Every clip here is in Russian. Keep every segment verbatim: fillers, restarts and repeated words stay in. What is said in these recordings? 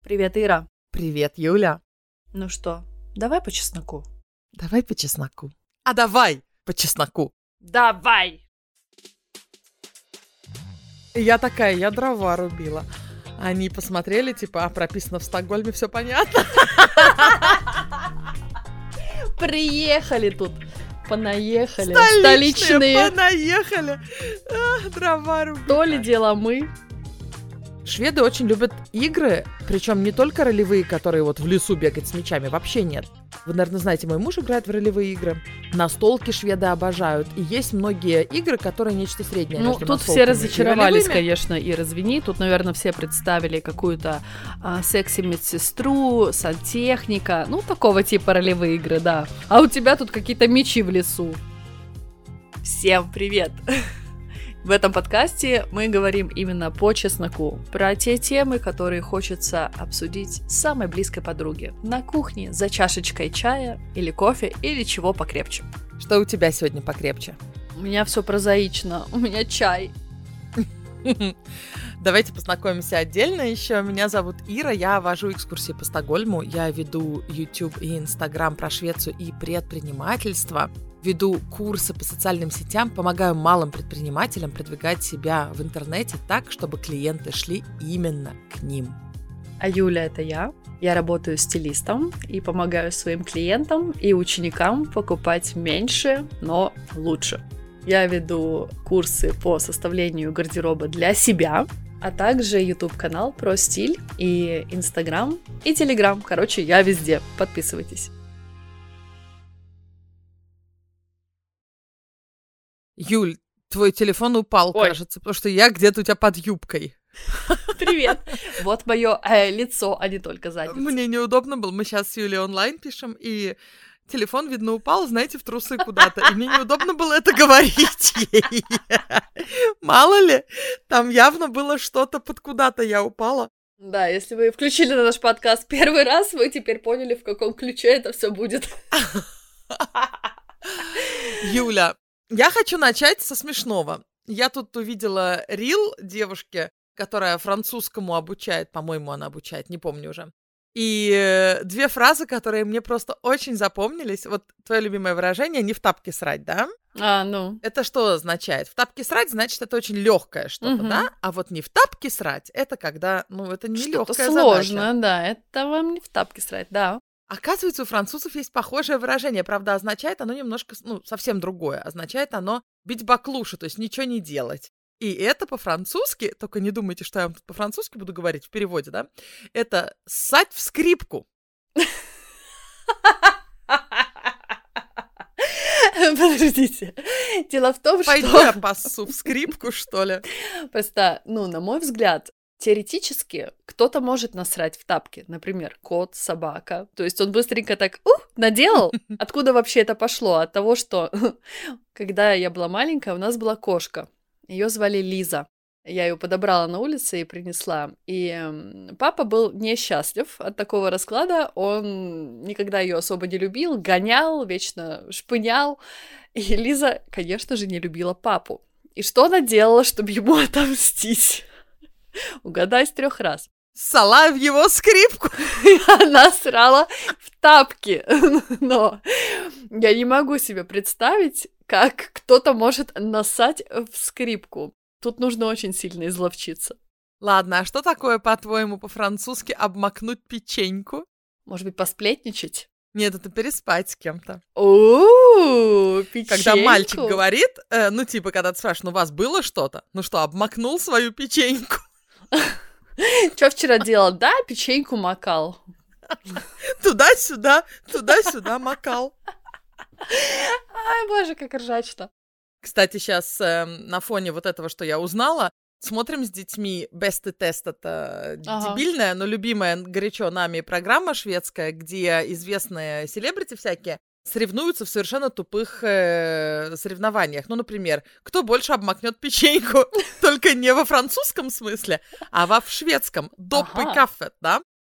Привет, Ира. Привет, Юля. Ну что, давай по чесноку? Давай по чесноку. А давай по чесноку. Давай! Я такая, я дрова рубила. Они посмотрели, типа, а прописано в Стокгольме, все понятно. Приехали тут. Понаехали. Столичные, Столичные. понаехали. А, дрова рубить. То ли дело мы. Шведы очень любят игры, причем не только ролевые, которые вот в лесу бегать с мечами, вообще нет. Вы, наверное, знаете, мой муж играет в ролевые игры. Настолки шведы обожают. И есть многие игры, которые нечто среднее Ну, между тут все настолками и разочаровались, ролевыми. конечно, Ира, извини. Тут, наверное, все представили какую-то а, секси-медсестру, сантехника. Ну, такого типа ролевые игры, да. А у тебя тут какие-то мечи в лесу. Всем привет! В этом подкасте мы говорим именно по чесноку, про те темы, которые хочется обсудить с самой близкой подруги на кухне за чашечкой чая или кофе или чего покрепче. Что у тебя сегодня покрепче? У меня все прозаично, у меня чай. Давайте познакомимся отдельно еще. Меня зовут Ира, я вожу экскурсии по Стокгольму, я веду YouTube и Instagram про Швецию и предпринимательство, веду курсы по социальным сетям, помогаю малым предпринимателям продвигать себя в интернете так, чтобы клиенты шли именно к ним. А Юля — это я. Я работаю стилистом и помогаю своим клиентам и ученикам покупать меньше, но лучше. Я веду курсы по составлению гардероба для себя, а также YouTube-канал про стиль и Instagram и Telegram. Короче, я везде. Подписывайтесь. Юль, твой телефон упал, Ой. кажется, потому что я где-то у тебя под юбкой. Привет! Вот мое э, лицо, а не только задница. Мне неудобно было, мы сейчас с Юлей онлайн пишем, и телефон, видно, упал, знаете, в трусы куда-то, и мне неудобно было это говорить ей. Мало ли, там явно было что-то под куда-то я упала. Да, если вы включили наш подкаст первый раз, вы теперь поняли, в каком ключе это все будет. Юля, я хочу начать со смешного. Я тут увидела рил девушки, которая французскому обучает, по-моему, она обучает, не помню уже. И э, две фразы, которые мне просто очень запомнились. Вот твое любимое выражение «не в тапке срать», да? А, ну. Это что означает? В тапке срать, значит, это очень легкое что-то, Мгм. да? А вот не в тапке срать, это когда, ну, это не Что-то легкая сложно, задача. да. Это вам не в тапке срать, да. Оказывается, у французов есть похожее выражение. Правда, означает оно немножко, ну, совсем другое. Означает оно бить баклуши, то есть ничего не делать. И это по-французски, только не думайте, что я вам тут по-французски буду говорить в переводе, да? Это ссать в скрипку. Подождите. Дело в том, Пойду что я поссу в скрипку, что ли? просто, ну, на мой взгляд, теоретически кто-то может насрать в тапки. Например, кот, собака. То есть он быстренько так ух, наделал. Откуда вообще это пошло? От того, что когда я была маленькая, у нас была кошка. Ее звали Лиза. Я ее подобрала на улице и принесла. И м, папа был несчастлив от такого расклада. Он никогда ее особо не любил, гонял, вечно шпынял. И Лиза, конечно же, не любила папу. И что она делала, чтобы ему отомстить? Угадай с трех раз. Ссала в его скрипку. Она срала в тапки. Но я не могу себе представить, как кто-то может нассать в скрипку. Тут нужно очень сильно изловчиться. Ладно, а что такое, по-твоему, по-французски обмакнуть печеньку? Может быть, посплетничать? Нет, это переспать с кем-то. О, печеньку. Когда мальчик говорит, э, ну, типа, когда ты спрашиваешь, ну, у вас было что-то? Ну что, обмакнул свою печеньку? Что вчера делал? Да, печеньку макал. Туда-сюда, туда-сюда макал. Ай, боже, как ржачно. Кстати, сейчас э, на фоне вот этого, что я узнала, смотрим с детьми «Бесты тест». Это Ага. дебильная, но любимая горячо нами программа шведская, где известные селебрити всякие соревнуются в совершенно тупых э, соревнованиях. Ну, например, кто больше обмакнет печеньку, только не во французском смысле, а во в шведском. Доп и Ага. кафе, да?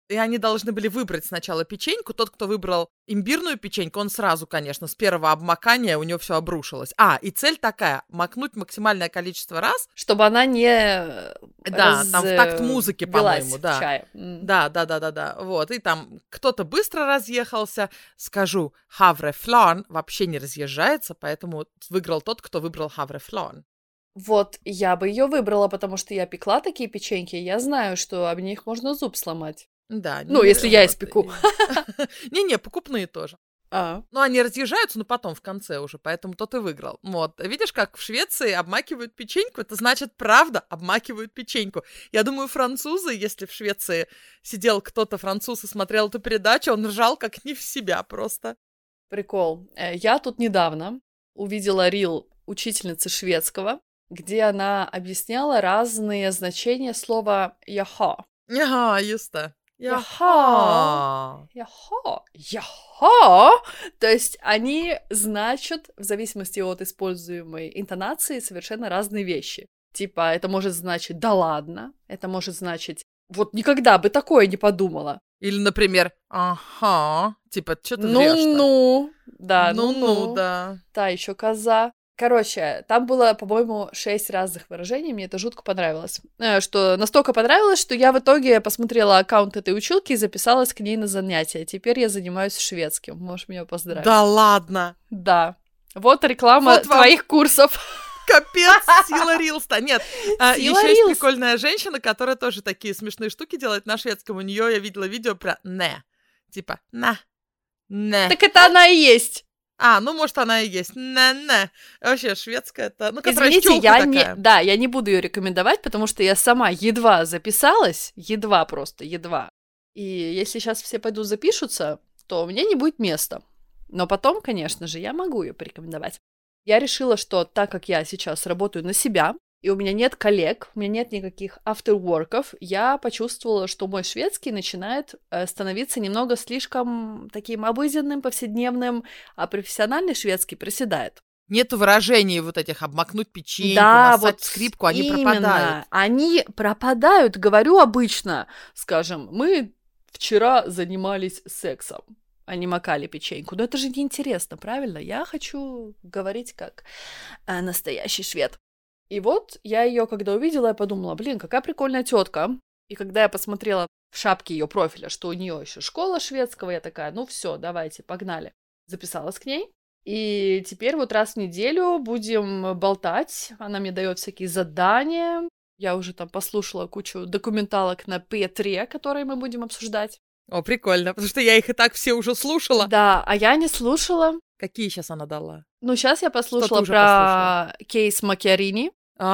И они должны были выбрать сначала печеньку. Тот, кто выбрал имбирную печеньку, он сразу, конечно, с первого обмакания у него все обрушилось. А, и цель такая — макнуть максимальное количество раз. Чтобы она не Да, раз... там в такт музыки, по-моему, да. Чая. Mm. Да, да, да, да, да. Вот. И там кто-то быстро разъехался. Скажу, хавре-флан вообще не разъезжается, поэтому выиграл тот, кто выбрал хавре-флан. Вот, я бы ее выбрала, потому что я пекла такие печеньки, и я знаю, что об них можно зуб сломать. Да. Ну, не, если я вот, испеку. Не-не, покупные тоже. А. Ну, они разъезжаются, но потом, в конце уже, поэтому тот и выиграл. Вот. Видишь, как в Швеции обмакивают печеньку? Это значит, правда, обмакивают печеньку. Я думаю, французы, если в Швеции сидел кто-то француз и смотрел эту передачу, он ржал как не в себя просто. Прикол. Я тут недавно увидела рил учительницы шведского, где она объясняла разные значения слова «яха». Ага, just det. Яха. Яха. Яха. То есть они значат, в зависимости от используемой интонации, совершенно разные вещи. Типа, это может значить «да ладно», это может значить «вот никогда бы такое не подумала». Или, например, «ага», типа, что ты врёшь-то? Ну-ну, да, ну-ну, ну-ну. да. Та еще коза. Короче, там было, по-моему, шесть разных выражений, мне это жутко понравилось. Что настолько понравилось, что я в итоге посмотрела аккаунт этой училки и записалась к ней на занятия. Теперь я занимаюсь шведским. Можешь меня поздравить. Да ладно? Да. Вот реклама вот твоих вам... курсов. Капец, сила рилста. Нет, сила еще рилс. Есть прикольная женщина, которая тоже такие смешные штуки делает на шведском. У нее я видела видео про «не». Типа «на», «не». Так это она и есть. А, ну, может, она и есть. Не-не. Вообще, шведская это... Ну, извините, я не... Да, я не буду ее рекомендовать, потому что я сама едва записалась, едва просто, едва. И если сейчас все пойдут запишутся, то у меня не будет места. Но потом, конечно же, я могу ее порекомендовать. Я решила, что так как я сейчас работаю на себя, и у меня нет коллег, у меня нет никаких afterwork'ов, я почувствовала, что мой шведский начинает становиться немного слишком таким обыденным, повседневным, а профессиональный шведский проседает. Нету выражений вот этих «обмакнуть печеньку», да, «нассать вот скрипку», они именно. пропадают. Они пропадают, говорю обычно, скажем, мы вчера занимались сексом, а не макали печеньку. Но это же неинтересно, правильно? Я хочу говорить как э, настоящий швед. И вот я ее, когда увидела, я подумала, блин, какая прикольная тетка. И когда я посмотрела в шапке ее профиля, что у нее еще школа шведского, я такая, ну все, давайте, погнали. Записалась к ней. И теперь вот раз в неделю будем болтать. Она мне дает всякие задания. Я уже там послушала кучу документалок на пи три, которые мы будем обсуждать. О, прикольно, потому что я их и так все уже слушала. Да, а я не слушала. Какие сейчас она дала? Ну, сейчас я послушала про послушала? кейс Макиарини.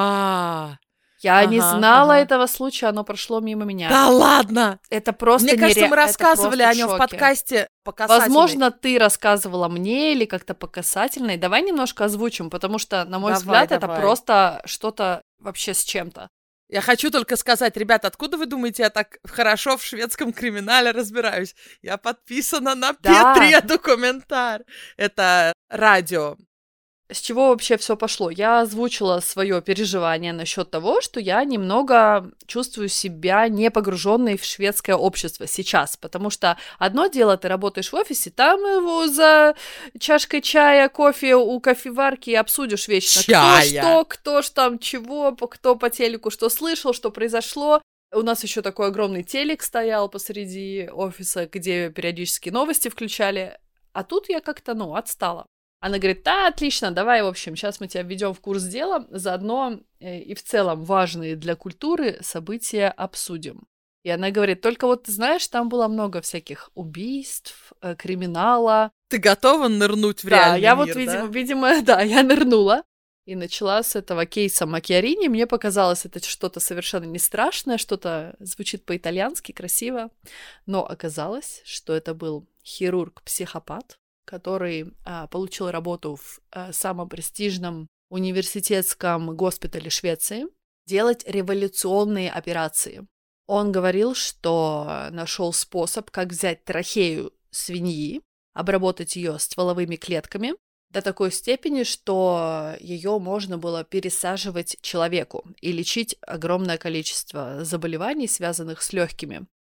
А, я ага, не знала ага. этого случая, оно прошло мимо меня. Да ладно! Это просто Мне кажется, нере... мы рассказывали о нем в шоке. подкасте по касательной. Возможно, ты рассказывала мне или как-то по касательной. Давай немножко озвучим, потому что, на мой давай, взгляд, давай. это просто что-то вообще с чем-то. Я хочу только сказать, ребята, откуда вы думаете, я так хорошо в шведском криминале разбираюсь? Я подписана на да. пи три документар. Это радио. С чего вообще все пошло? Я озвучила свое переживание насчет того, что я немного чувствую себя не погруженной в шведское общество сейчас, потому что одно дело, ты работаешь в офисе, там его за чашкой чая, кофе у кофеварки обсудишь вечно. Чая. Кто что, кто ж там чего, кто по телеку что слышал, что произошло. У нас еще такой огромный телек стоял посреди офиса, где периодически новости включали, а тут я как-то, ну, отстала. Она говорит, да, отлично, давай, в общем, сейчас мы тебя введем в курс дела, заодно э, и в целом важные для культуры события обсудим. И она говорит, только вот ты знаешь, там было много всяких убийств, э, криминала. Ты готова нырнуть в да, реальный я мир, вот, видимо, да? видимо, да, я нырнула. И начала с этого кейса Макиарини. Мне показалось, это что-то совершенно не страшное, что-то звучит по-итальянски, красиво. Но оказалось, что это был хирург-психопат, который а, получил работу в а, самом престижном университетском госпитале Швеции, делать революционные операции. Он говорил, что нашел способ, как взять трахею свиньи, обработать ее стволовыми клетками до такой степени, что ее можно было пересаживать человеку и лечить огромное количество заболеваний, связанных с легкими.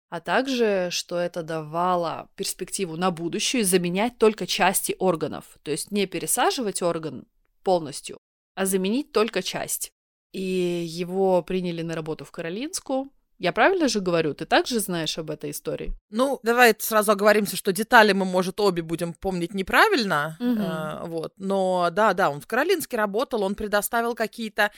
а также, что это давало перспективу на будущее заменять только части органов, то есть не пересаживать орган полностью, а заменить только часть. И его приняли на работу в Каролинскую. Я правильно же говорю? Ты также знаешь об этой истории? Ну, давай сразу оговоримся, что детали мы, может, обе будем помнить неправильно. Мгм. э, вот. Но да, да, он в Каролинске работал, он предоставил какие-то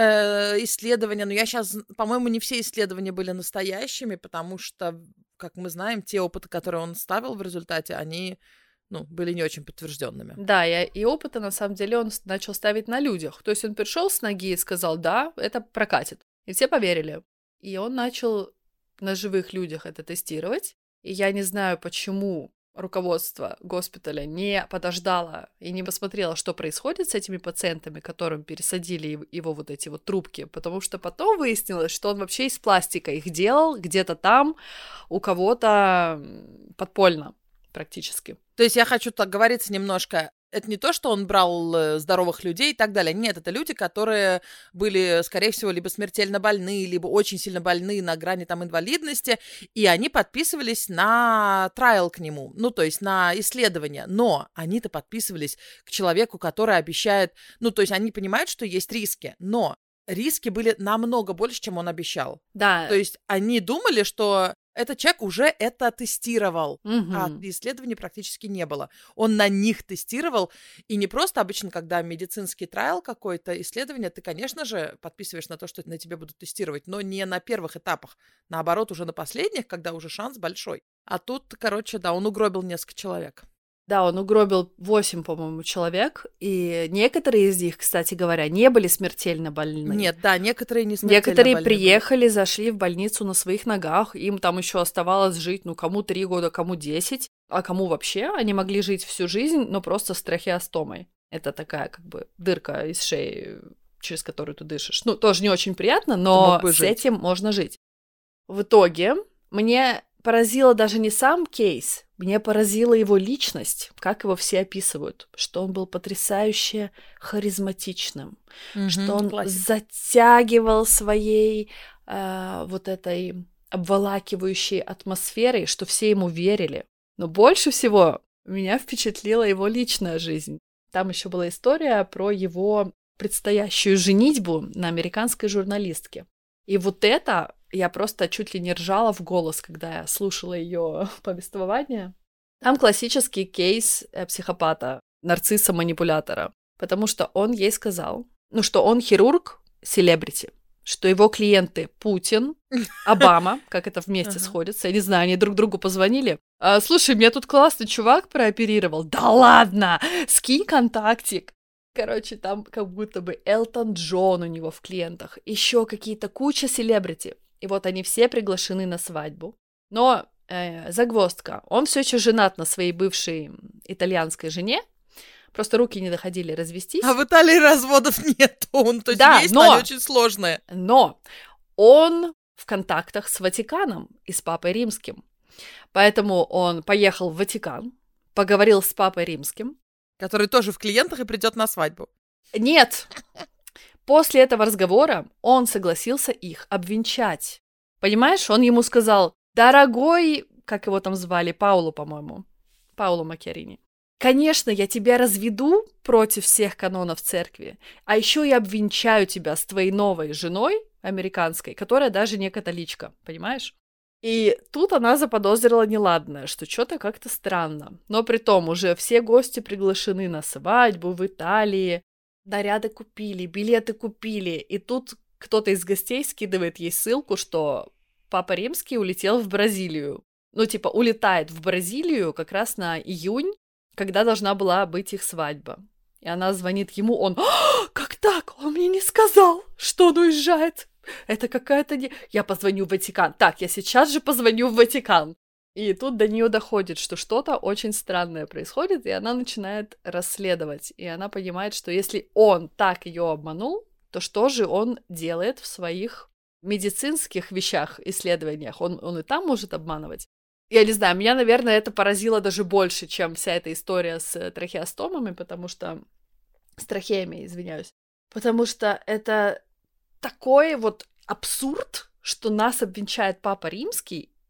э, исследования. Но я сейчас, по-моему, не все исследования были настоящими, потому что, как мы знаем, те опыты, которые он ставил в результате, они, ну, были не очень подтвержденными. Да, и, и опыта, на самом деле, он с- начал ставить на людях. То есть он пришел с ноги и сказал, да, это прокатит. И все поверили. И он начал на живых людях это тестировать. И я не знаю, почему руководство госпиталя не подождало и не посмотрело, что происходит с этими пациентами, которым пересадили его, его вот эти вот трубки, потому что потом выяснилось, что он вообще из пластика их делал где-то там у кого-то м, подпольно практически. То есть я хочу так говориться немножко. Это не то, что он брал э, здоровых людей и так далее. Нет, это люди, которые были, скорее всего, либо смертельно больны, либо очень сильно больны на грани там инвалидности, и они подписывались на трайл к нему, ну, то есть на исследование. Но они-то подписывались к человеку, который обещает, ну, то есть они понимают, что есть риски, но риски были намного больше, чем он обещал. Да. То есть они думали, что этот человек уже это тестировал, Мгм. а исследований практически не было. Он на них тестировал, и не просто обычно, когда медицинский трайл какой-то, исследование, ты, конечно же, подписываешь на то, что на тебе будут тестировать, но не на первых этапах. Наоборот, уже на последних, когда уже шанс большой. А тут, короче, да, он угробил несколько человек. Да, он угробил восемь, по-моему, человек, и некоторые из них, кстати говоря, не были смертельно больны. Нет, да, некоторые не смертельно Некоторые больны были. приехали, зашли в больницу на своих ногах, им там еще оставалось жить, ну, кому три года, кому десять, а кому вообще они могли жить всю жизнь, но просто с трахеостомой. Это такая, как бы, дырка из шеи, через которую ты дышишь. Ну, тоже не очень приятно, но мог бы с жить. этим можно жить. В итоге мне поразило даже не сам кейс, мне поразила его личность, как его все описывают, что он был потрясающе харизматичным, Мгм, что он классика. затягивал своей э, вот этой обволакивающей атмосферой, что все ему верили. Но больше всего меня впечатлила его личная жизнь. Там еще была история про его предстоящую женитьбу на американской журналистке. И вот это я просто чуть ли не ржала в голос, когда я слушала ее повествование. Там классический кейс э, психопата, нарцисса-манипулятора, потому что он ей сказал, ну, что он хирург, селебрити, что его клиенты Путин, Обама, как это вместе Ага. сходится, я не знаю, они друг другу позвонили. «А, слушай, меня тут классный чувак прооперировал. Да ладно, скинь контактик. Короче, там как будто бы Элтон Джон у него в клиентах, еще какие-то куча селебрити. И вот они все приглашены на свадьбу. Но э, загвоздка, он все еще женат на своей бывшей итальянской жене, просто руки не доходили развестись. А в Италии разводов нет. Он, то есть Да, есть, но- но они очень сложные. Но он в контактах с Ватиканом и с Папой Римским. Поэтому он поехал в Ватикан, поговорил с Папой Римским. Который тоже в клиентах и придет на свадьбу. Нет! После этого разговора он согласился их обвенчать. Понимаешь, он ему сказал, дорогой, как его там звали, Пауло, по-моему, Пауло Макchiarini, конечно, я тебя разведу против всех канонов церкви, а еще и обвенчаю тебя с твоей новой женой американской, которая даже не католичка, понимаешь? И тут она заподозрила неладное, что что-то как-то странно. Но при том уже все гости приглашены на свадьбу в Италии, наряды купили, билеты купили. И тут кто-то из гостей скидывает ей ссылку, что Папа Римский улетел в Бразилию. Ну, типа, улетает в Бразилию как раз на июнь, когда должна была быть их свадьба. И она звонит ему, он, «А, как так? Он мне не сказал, что он уезжает. Это какая-то не... Я позвоню в Ватикан. Так, я сейчас же позвоню в Ватикан. И тут до нее доходит, что что-то очень странное происходит, и она начинает расследовать. И она понимает, что если он так ее обманул, то что же он делает в своих медицинских вещах, исследованиях? Он, он и там может обманывать. Я не знаю, меня, наверное, это поразило даже больше, чем вся эта история с трахеостомами, потому что... С трахеями, извиняюсь. Потому что это такой вот абсурд, что нас обвенчает Папа Римский,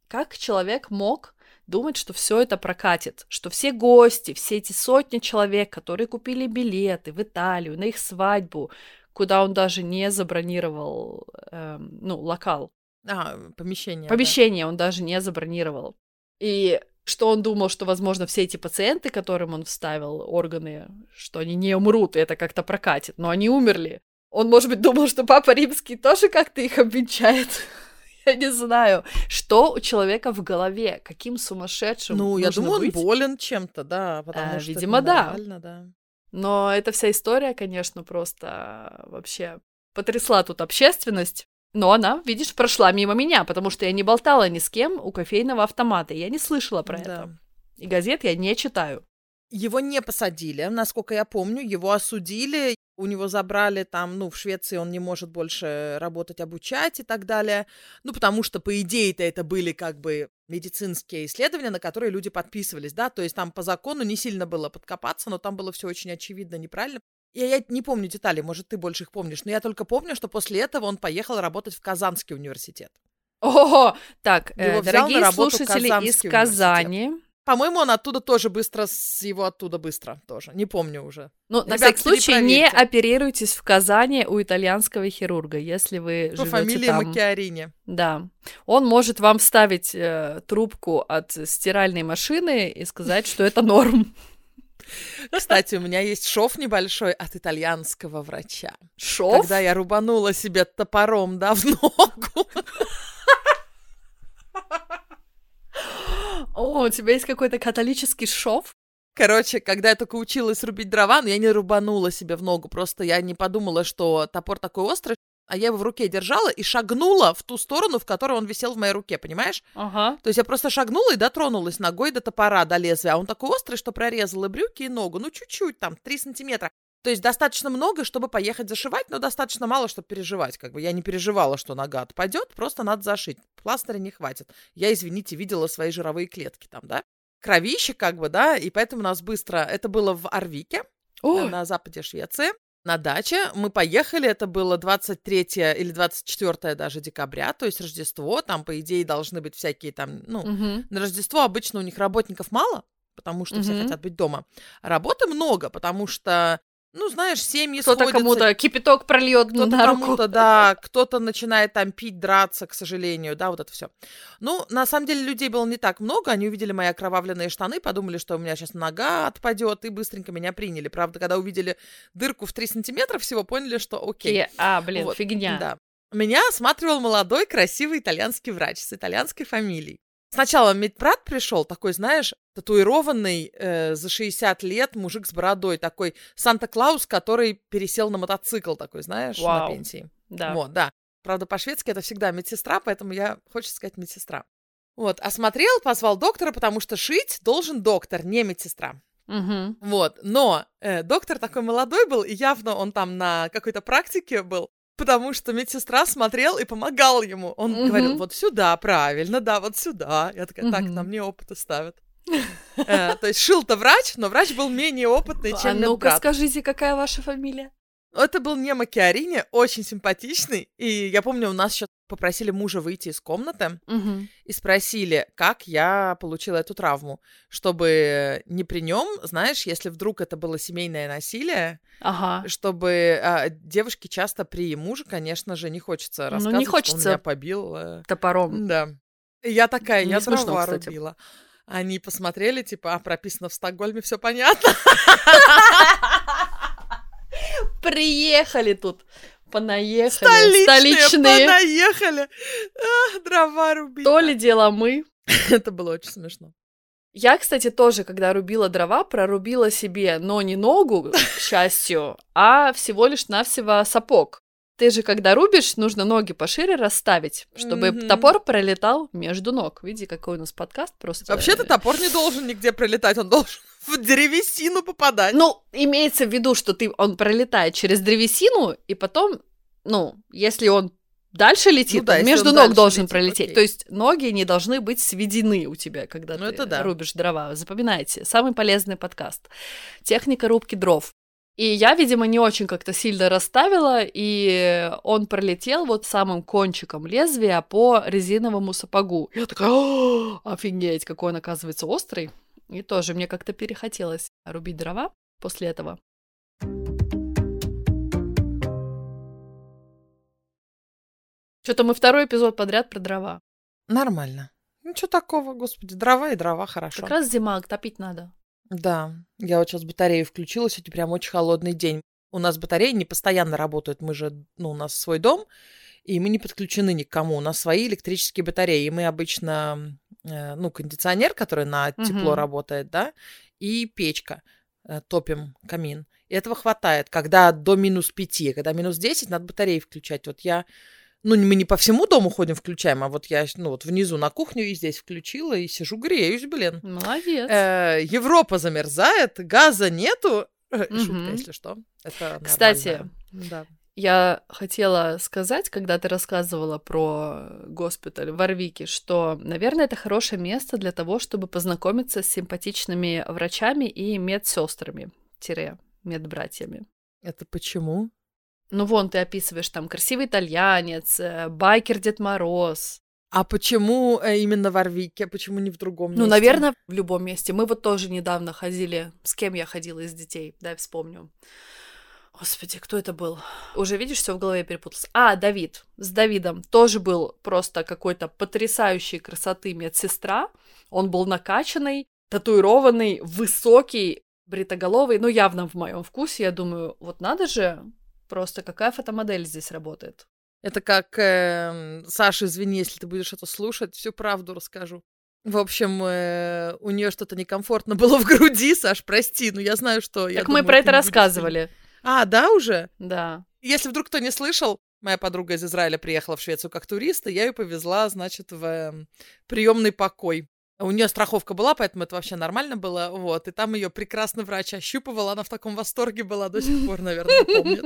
Как человек мог думать, что все это прокатит, что все гости, все эти сотни человек, которые купили билеты в Италию на их свадьбу, куда он даже не забронировал, эм, ну, локал. А, помещение. Помещение да. он даже не забронировал. И что он думал, что, возможно, все эти пациенты, которым он вставил органы, что они не умрут, и это как-то прокатит, но они умерли. Он, может быть, думал, что Папа Римский тоже как-то их обвенчает. Я не знаю, что у человека в голове, каким сумасшедшим Ну, нужно я думаю, быть. он болен чем-то, да, потому а, что видимо, это да. да. Но эта вся история, конечно, просто вообще потрясла тут общественность. Но она, видишь, прошла мимо меня, потому что я не болтала ни с кем у кофейного автомата, и я не слышала про да. это. И газет я не читаю. Его не посадили, насколько я помню, его осудили, у него забрали там, ну, в Швеции он не может больше работать, обучать и так далее, ну, потому что, по идее-то, это были как бы медицинские исследования, на которые люди подписывались, да, то есть там по закону не сильно было подкопаться, но там было все очень очевидно неправильно. Я, я не помню деталей, может, ты больше их помнишь, но я только помню, что после этого он поехал работать в Казанский университет. О, так, Его э, дорогие слушатели из Казанский Казани. По-моему, он оттуда тоже быстро, с его оттуда быстро тоже, не помню уже. Ну, на всякий случай, не оперируйтесь в Казани у итальянского хирурга, если вы По живете фамилии там. Маккиарини. Да. Он может вам вставить э, трубку от стиральной машины и сказать, что это норм. Кстати, у меня есть шов небольшой от итальянского врача. Шов? Когда я рубанула себе топором, да, в ногу. О, у тебя есть какой-то католический шов? Короче, когда я только училась рубить дрова, но я не рубанула себе в ногу, просто я не подумала, что топор такой острый, а я его в руке держала и шагнула в ту сторону, в которой он висел в моей руке, понимаешь? Ага. То есть я просто шагнула и дотронулась ногой до топора, до лезвия, а он такой острый, что прорезал и брюки, и ногу, ну чуть-чуть, там, три сантиметра. То есть достаточно много, чтобы поехать зашивать, но достаточно мало, чтобы переживать. Как бы я не переживала, что нога отпадет, просто надо зашить. Пластыря не хватит. Я, извините, видела свои жировые клетки там, да? Кровище, как бы, да, и поэтому у нас быстро... Это было в Арвике, Ой. на западе Швеции, на даче. Мы поехали, это было двадцать третьего или двадцать четвёртого даже декабря, то есть Рождество. Там, по идее, должны быть всякие там... Ну, угу. на Рождество обычно у них работников мало, потому что угу. все хотят быть дома. Работы много, потому что... Ну, знаешь, семьи кто-то сходятся. Кто-то кому-то кипяток прольет кто-то на руку. Кому-то, да, кто-то начинает там пить, драться, к сожалению, да, вот это все. Ну, на самом деле, людей было не так много, они увидели мои окровавленные штаны, подумали, что у меня сейчас нога отпадет, и быстренько меня приняли. Правда, когда увидели дырку в три сантиметра всего, поняли, что окей. И, а, блин, вот, фигня. Да. Меня осматривал молодой, красивый итальянский врач с итальянской фамилией. Сначала медбрат пришел, такой, знаешь, татуированный э, за шестьдесят лет мужик с бородой, такой Санта-Клаус, который пересел на мотоцикл, такой, знаешь, Вау. на пенсии. Да. Вот, да. Правда, по-шведски это всегда медсестра, поэтому я, хочется сказать, медсестра. Вот, осмотрел, позвал доктора, потому что шить должен доктор, не медсестра. Угу. Вот, но э, доктор такой молодой был, и явно он там на какой-то практике был. Потому что медсестра смотрел и помогал ему. Он uh-huh. говорил, вот сюда, правильно, да, вот сюда. Я такая, так, uh-huh. нам не опыта ставят. э, то есть шил-то врач, но врач был менее опытный, чем а медбрат. ну-ка скажите, какая ваша фамилия? Это был не Маккиарини, очень симпатичный. И я помню, у нас еще попросили мужа выйти из комнаты uh-huh. и спросили, как я получила эту травму. Чтобы не при нем, знаешь, если вдруг это было семейное насилие, ага. чтобы а, девушке часто при муже, конечно же, не хочется рассказывать, ну, не хочется что он меня побил. Топором. Да. И я такая, не я смешно, дрова кстати. рубила. Они посмотрели, типа, а, прописано в Стокгольме, все понятно. Приехали тут, понаехали. Столичные, Столичные. понаехали. А, дрова рубить. То ли дело мы. Это было очень смешно. Я, кстати, тоже, когда рубила дрова, прорубила себе, но не ногу, к счастью, а всего лишь навсего сапог. Ты же, когда рубишь, нужно ноги пошире расставить, чтобы mm-hmm. топор пролетал между ног. Видите, какой у нас подкаст просто... Вообще-то топор не должен нигде пролетать, он должен в древесину попадать. Ну, имеется в виду, что ты, он пролетает через древесину, и потом, ну, если он дальше летит, ну, да, он между он ног должен летит, пролететь. окей. То есть ноги не должны быть сведены у тебя, когда ну, ты да. рубишь дрова. Запоминайте, самый полезный подкаст. Техника рубки дров. И я, видимо, не очень как-то сильно расставила, и он пролетел вот самым кончиком лезвия по резиновому сапогу. Я такая, «О, офигеть, какой он, оказывается, острый». И тоже мне как-то перехотелось рубить дрова после этого. Что-то мы второй эпизод подряд про дрова. Нормально. Ничего такого, господи, дрова и дрова, хорошо. Как раз зима, топить надо. Да, я вот сейчас батарею включила, сегодня прям очень холодный день. У нас батареи не постоянно работают, мы же, ну, у нас свой дом, и мы не подключены ни к кому, у нас свои электрические батареи, и мы обычно, э, ну, кондиционер, который на тепло Мгм. работает, да, и печка, э, топим камин. И этого хватает, когда до минус пяти, когда минус десять, надо батареи включать. Вот я... Ну, мы не по всему дому ходим, включаем, а вот я, ну, вот внизу на кухню и здесь включила, и сижу, греюсь, блин. Молодец. Э, Европа замерзает, газа нету. Э, Мгм. Шутка, если что. Это Кстати, нормально. Да. Я хотела сказать, когда ты рассказывала про госпиталь в Арвике, что, наверное, это хорошее место для того, чтобы познакомиться с симпатичными врачами и медсестрами, тире, медбратьями. Это почему? Ну, вон, ты описываешь там красивый итальянец, э, байкер Дед Мороз. А почему э, именно в Арвике? Почему не в другом месте? Ну, наверное, в любом месте. Мы вот тоже недавно ходили. С кем я ходила из детей? Дай вспомню. Господи, кто это был? Уже, видишь, все в голове перепуталось. А, Давид. С Давидом тоже был просто какой-то потрясающей красоты медсестра. Он был накачанный, татуированный, высокий, бритоголовый. Ну, явно в моем вкусе. Я думаю, вот надо же... Просто какая фотомодель здесь работает? Это как... Э, Саша, извини, если ты будешь это слушать, всю правду расскажу. В общем, э, у нее что-то некомфортно было в груди, Саш, прости, но я знаю, что... Так я мы думаю, про ты это не будешь рассказывали. сильно- А, да, уже? Да. Если вдруг кто не слышал, моя подруга из Израиля приехала в Швецию как турист, и я ее повезла, значит, в э, приемный покой. У нее страховка была, поэтому это вообще нормально было, вот. И там ее прекрасный врач ощупывал, она в таком восторге была, до сих пор, наверное, помнит.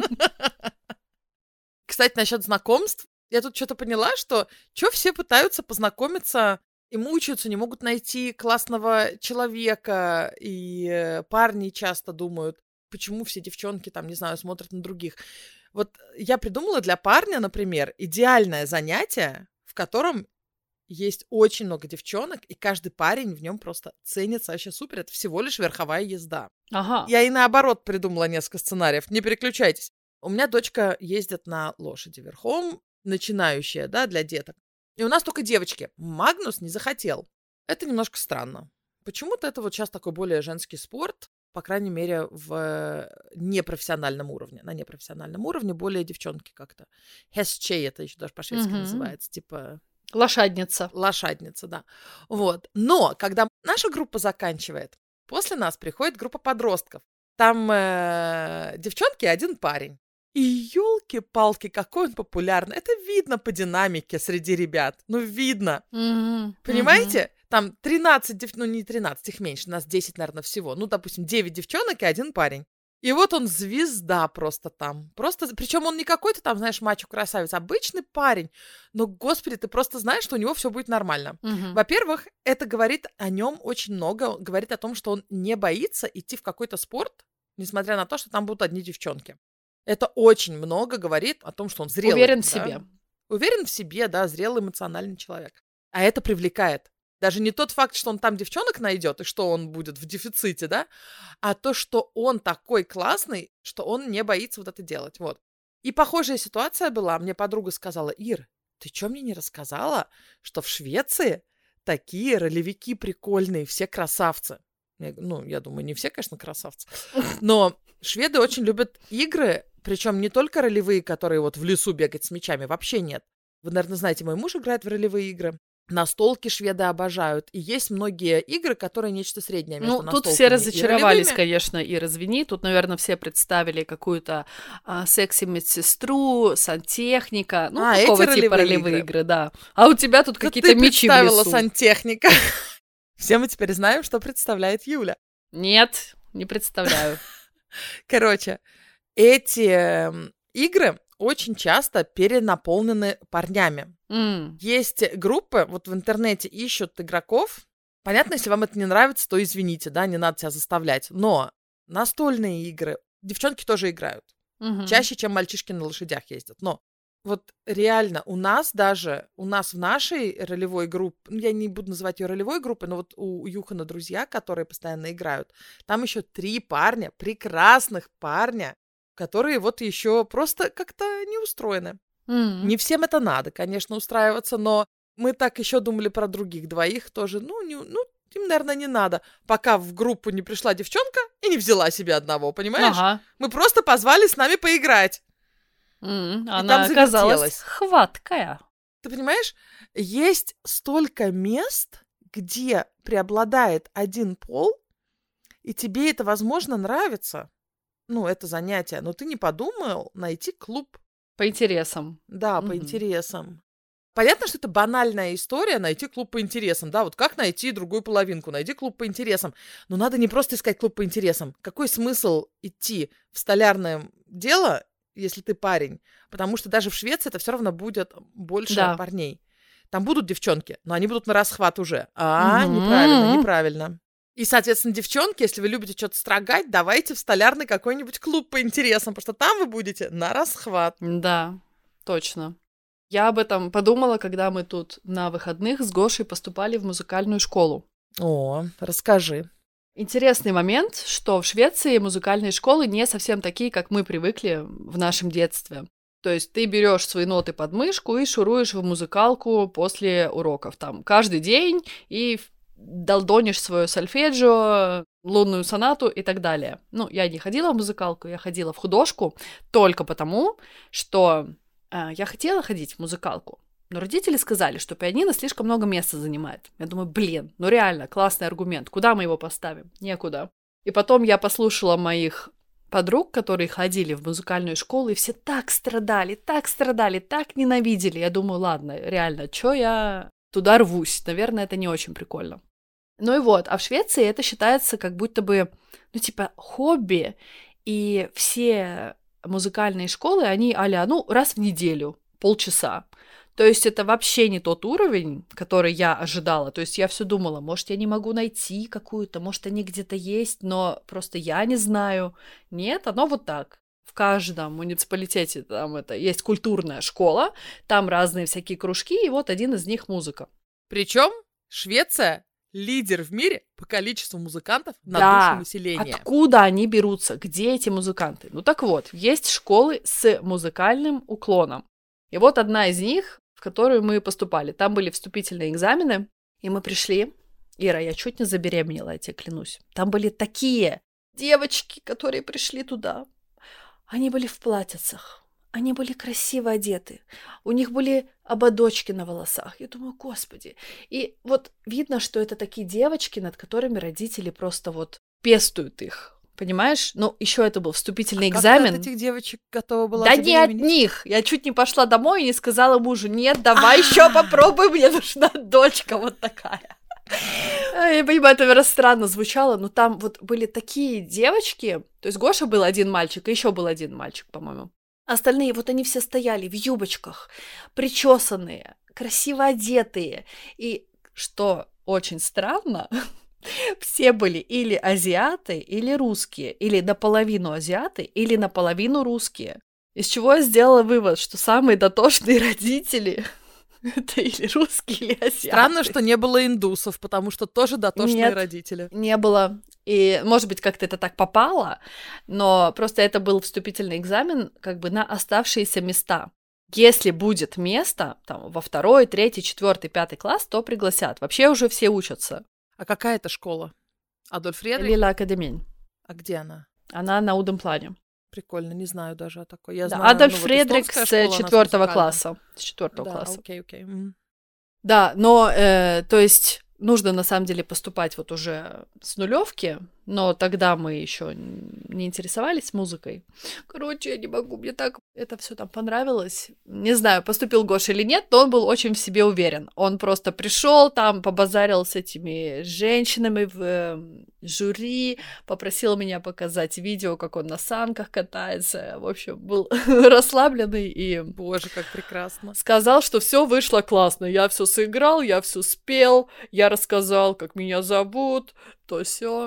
Кстати, насчет знакомств, я тут что-то поняла, что что все пытаются познакомиться и мучаются, не могут найти классного человека, и э, парни часто думают, почему все девчонки там, не знаю, смотрят на других. Вот я придумала для парня, например, идеальное занятие, в котором есть очень много девчонок, и каждый парень в нем просто ценится вообще супер. Это всего лишь верховая езда. Ага. Я и наоборот придумала несколько сценариев. Не переключайтесь. У меня дочка ездит на лошади верхом, начинающая, да, для деток. И у нас только девочки. Магнус не захотел. Это немножко странно. Почему-то это вот сейчас такой более женский спорт, по крайней мере, в непрофессиональном уровне. На непрофессиональном уровне более девчонки как-то. Хесчей это еще даже по-шведски Мгм. называется, типа... Лошадница. Лошадница, да. Вот. Но когда наша группа заканчивает, после нас приходит группа подростков. Там э, девчонки и один парень. И елки-палки, какой он популярный. Это видно по динамике среди ребят. Ну, видно. Мгм. Понимаете? Там тринадцать девчонок, ну не тринадцать, их меньше, нас десять, наверное, всего. Ну, допустим, девять девчонок и один парень. И вот он звезда просто там. Просто, причем он не какой-то там, знаешь, мачо-красавец, обычный парень. Но, господи, ты просто знаешь, что у него все будет нормально. Мгм. Во-первых, это говорит о нем очень много. Говорит о том, что он не боится идти в какой-то спорт, несмотря на то, что там будут одни девчонки. Это очень много говорит о том, что он зрелый. Уверен в да. себе. Уверен в себе, да, зрелый эмоциональный человек. А это привлекает. Даже не тот факт, что он там девчонок найдет и что он будет в дефиците, да, а то, что он такой классный, что он не боится вот это делать. Вот. И похожая ситуация была. Мне подруга сказала: Ир, ты что мне не рассказала, что в Швеции такие ролевики прикольные, все красавцы? Я, ну, я думаю, не все, конечно, красавцы. Но шведы очень любят игры, причем не только ролевые, которые вот в лесу бегать с мечами, вообще нет. Вы, наверное, знаете, мой муж играет в ролевые игры. Настолки шведы обожают. И есть многие игры, которые нечто среднее между Ну, настолками тут все и разочаровались, ролевыми. конечно, Ир, извини. Тут, наверное, все представили какую-то а, секси-медсестру, сантехника. Ну, А, такого эти типа ролевые ролевые игры. игры, да. А у тебя тут Да какие-то ты мечи в представила лесу. сантехника. Все мы теперь знаем, что представляет Юля. Нет, не представляю. Короче, эти эм, игры очень часто перенаполнены парнями. М. Есть группы, вот в интернете ищут игроков. Понятно, если вам это не нравится, то извините, да, не надо себя заставлять. Но настольные игры девчонки тоже играют. Мгм. Чаще, чем мальчишки на лошадях ездят. Но вот реально у нас даже, у нас в нашей ролевой группе, ну, я не буду называть ее ролевой группой, но вот у Юхана друзья, которые постоянно играют, там еще три парня, прекрасных парня, которые вот еще просто как-то не устроены. М. Не всем это надо, конечно, устраиваться, но мы так еще думали про других двоих тоже. Ну, не, ну, им, наверное, не надо, пока в группу не пришла девчонка и не взяла себе одного, понимаешь? Ага. Мы просто позвали с нами поиграть. М, И Она там оказалась завертелась. хваткая. Ты понимаешь, есть столько мест, где преобладает один пол, и тебе это, возможно, нравится. Ну, это занятие, но ты не подумал найти клуб. По интересам. Да, по Мгм. интересам. Понятно, что это банальная история, найти клуб по интересам, да, вот как найти другую половинку, найди клуб по интересам. Но надо не просто искать клуб по интересам. Какой смысл идти в столярное дело, если ты парень? Потому что даже в Швеции это все равно будет больше Да. парней. Там будут девчонки, но они будут на расхват уже. А, Мгм. неправильно, неправильно. И, соответственно, девчонки, если вы любите что-то строгать, давайте в столярный какой-нибудь клуб по интересам, потому что там вы будете на расхват. Да, точно. Я об этом подумала, когда мы тут на выходных с Гошей поступали в музыкальную школу. О, расскажи. Интересный момент, что в Швеции музыкальные школы не совсем такие, как мы привыкли в нашем детстве. То есть ты берешь свои ноты под мышку и шуруешь в музыкалку после уроков. Там каждый день и долдонишь свое сольфеджио, лунную сонату и так далее. Ну, я не ходила в музыкалку, я ходила в художку только потому, что э, я хотела ходить в музыкалку. Но родители сказали, что пианино слишком много места занимает. Я думаю, блин, ну реально, классный аргумент. Куда мы его поставим? Некуда. И потом я послушала моих подруг, которые ходили в музыкальную школу, и все так страдали, так страдали, так ненавидели. Я думаю, ладно, реально, чё я туда рвусь? Наверное, это не очень прикольно. Ну и вот, а в Швеции это считается как будто бы, ну типа, хобби, и все музыкальные школы, они а-ля, ну, раз в неделю, полчаса. То есть это вообще не тот уровень, который я ожидала. То есть я все думала, может, я не могу найти какую-то, может, они где-то есть, но просто я не знаю. Нет, оно вот так. В каждом муниципалитете там это есть культурная школа, там разные всякие кружки, и вот один из них музыка. Причем Швеция лидер в мире по количеству музыкантов на Да, душу населения. откуда они берутся? Где эти музыканты? Ну так вот, есть школы с музыкальным уклоном. И вот одна из них, в которую мы поступали. Там были вступительные экзамены, и мы пришли. Ира, я чуть не забеременела, я тебе клянусь. Там были такие девочки, которые пришли туда. Они были в платьицах, они были красиво одеты, у них были ободочки на волосах. Я думаю, господи. И вот видно, что это такие девочки, над которыми родители просто вот пестуют их. Понимаешь? Ну, еще это был вступительный а экзамен. Как ты от этих девочек готова была Да не от забеременеть? них. Я чуть не пошла домой и не сказала мужу, нет, давай еще попробуй, мне нужна дочка вот такая. Я понимаю, это, наверное, странно звучало, но там вот были такие девочки, то есть Гоша был один мальчик, и еще был один мальчик, по-моему. Остальные, вот они все стояли в юбочках, причесанные, красиво одетые. И что очень странно, все были или азиаты, или русские, или наполовину азиаты, или наполовину русские. Из чего я сделала вывод, что самые дотошные родители это или русские, или азиаты. Странно, что не было индусов, потому что тоже дотошные Нет, родители. Не было. И, может быть, как-то это так попало, но просто это был вступительный экзамен как бы на оставшиеся места. Если будет место там, во второй, третий, четвертый, пятый класс, то пригласят. Вообще уже все учатся. А какая это школа? Адольф Фридрих? Лила Академин. А где она? Она на Удемплане. Прикольно, не знаю даже о такой. Я Да, знаю, Адольф ну, вот Фридрих эстонская с школа у нас четвертого музыкальная. класса. С четвертого Да, класса. окей, окей. М. Да, но, э, то есть, нужно на самом деле поступать вот уже с нулевки, но тогда мы еще не интересовались музыкой. Короче, я не могу, мне так это все там понравилось. Не знаю, поступил Гоша или нет, но он был очень в себе уверен. Он просто пришел там, побазарил с этими женщинами в э, жюри, попросил меня показать видео, как он на санках катается. В общем, был расслабленный и... Боже, как прекрасно. Сказал, что все вышло классно. Я все сыграл, я все спел, я рассказал, как меня зовут, то все.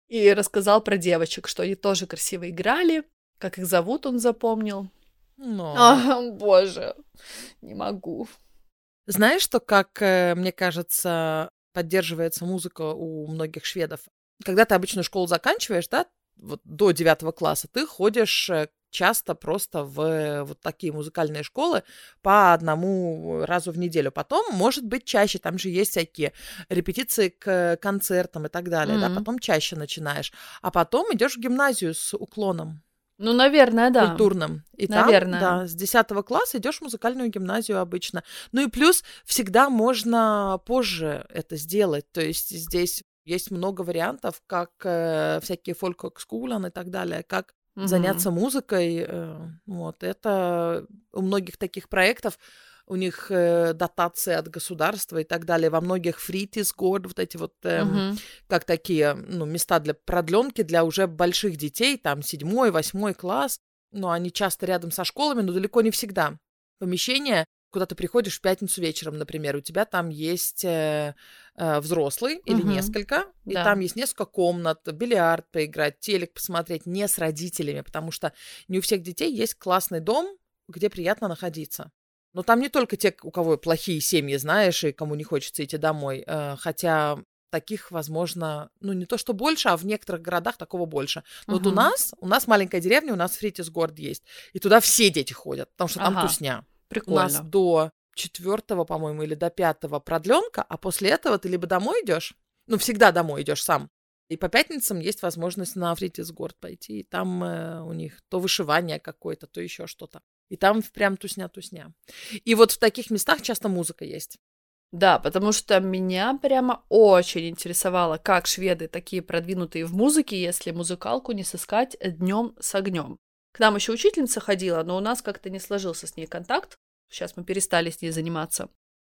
И рассказал про девочек, что они тоже красиво играли, как их зовут, он запомнил. Но... А, боже, не могу. Знаешь, что, как э, мне кажется, поддерживается музыка у многих шведов? Когда ты обычную школу заканчиваешь, да, вот до девятого класса, ты ходишь э, часто просто в э, вот такие музыкальные школы по одному разу в неделю. Потом, может быть, чаще, там же есть всякие репетиции к концертам и так далее, да, М. потом чаще начинаешь. А потом идешь в гимназию с уклоном Ну, наверное, да. культурным. И Наверное. там, да, с десятого класса идешь в музыкальную гимназию обычно. Ну и плюс всегда можно позже это сделать. То есть здесь есть много вариантов, как э, всякие фольк-скулан и так далее, как Мгм. заняться музыкой. э, вот, это у многих таких проектов, у них э, дотации от государства и так далее. Во многих фритисгорд, вот эти вот, эм, Мгм. как такие, ну, места для продленки для уже больших детей, там, седьмой, восьмой класс. Но они часто рядом со школами, но далеко не всегда. Помещение, куда ты приходишь в пятницу вечером, например, у тебя там есть э, э, взрослый или Мгм. несколько, и Да. там есть несколько комнат, бильярд поиграть, телек посмотреть, не с родителями, потому что не у всех детей есть классный дом, где приятно находиться. Но там не только те, у кого плохие семьи, знаешь, и кому не хочется идти домой, э, хотя таких, возможно, ну, не то что больше, а в некоторых городах такого больше. Но вот у Мгм. нас, у нас маленькая деревня, у нас Фритисгорд есть, и туда все дети ходят, потому что там Ага. тусня. У нас Прикольно. до четвертого, по-моему, или до пятого продленка, а после этого ты либо домой идешь, ну, всегда домой идешь сам, и по пятницам есть возможность на Фритисгорд пойти, и там э, у них то вышивание какое-то, то еще что-то. И там прям тусня-тусня. И вот в таких местах часто музыка есть. Да, потому что меня прямо очень интересовало, как шведы такие продвинутые в музыке, если музыкалку не сыскать днем с огнем. К нам еще учительница ходила, но у нас как-то не сложился с ней контакт. Сейчас мы перестали с ней заниматься.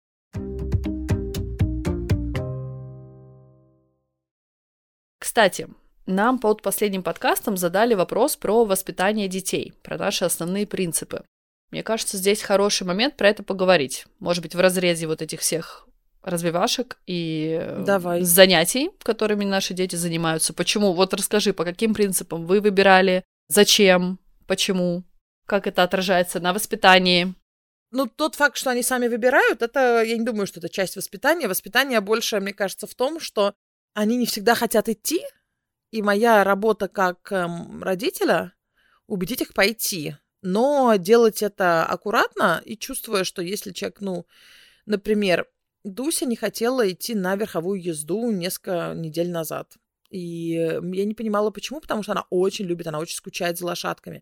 Кстати, нам под последним подкастом задали вопрос про воспитание детей, про наши основные принципы. Мне кажется, здесь хороший момент про это поговорить. Может быть, в разрезе вот этих всех развивашек и э, Давай. занятий, которыми наши дети занимаются. Почему? Вот расскажи, по каким принципам вы выбирали, зачем, почему, как это отражается на воспитании. Ну, тот факт, что они сами выбирают, это, я не думаю, что это часть воспитания. Воспитание больше, мне кажется, в том, что они не всегда хотят идти, и моя работа как эм, родителя — убедить их пойти. Но делать это аккуратно и чувствуя, что если человек, ну, например, Дуся не хотела идти на верховую езду несколько недель назад. И э, я не понимала, почему, потому что она очень любит, она очень скучает за лошадками.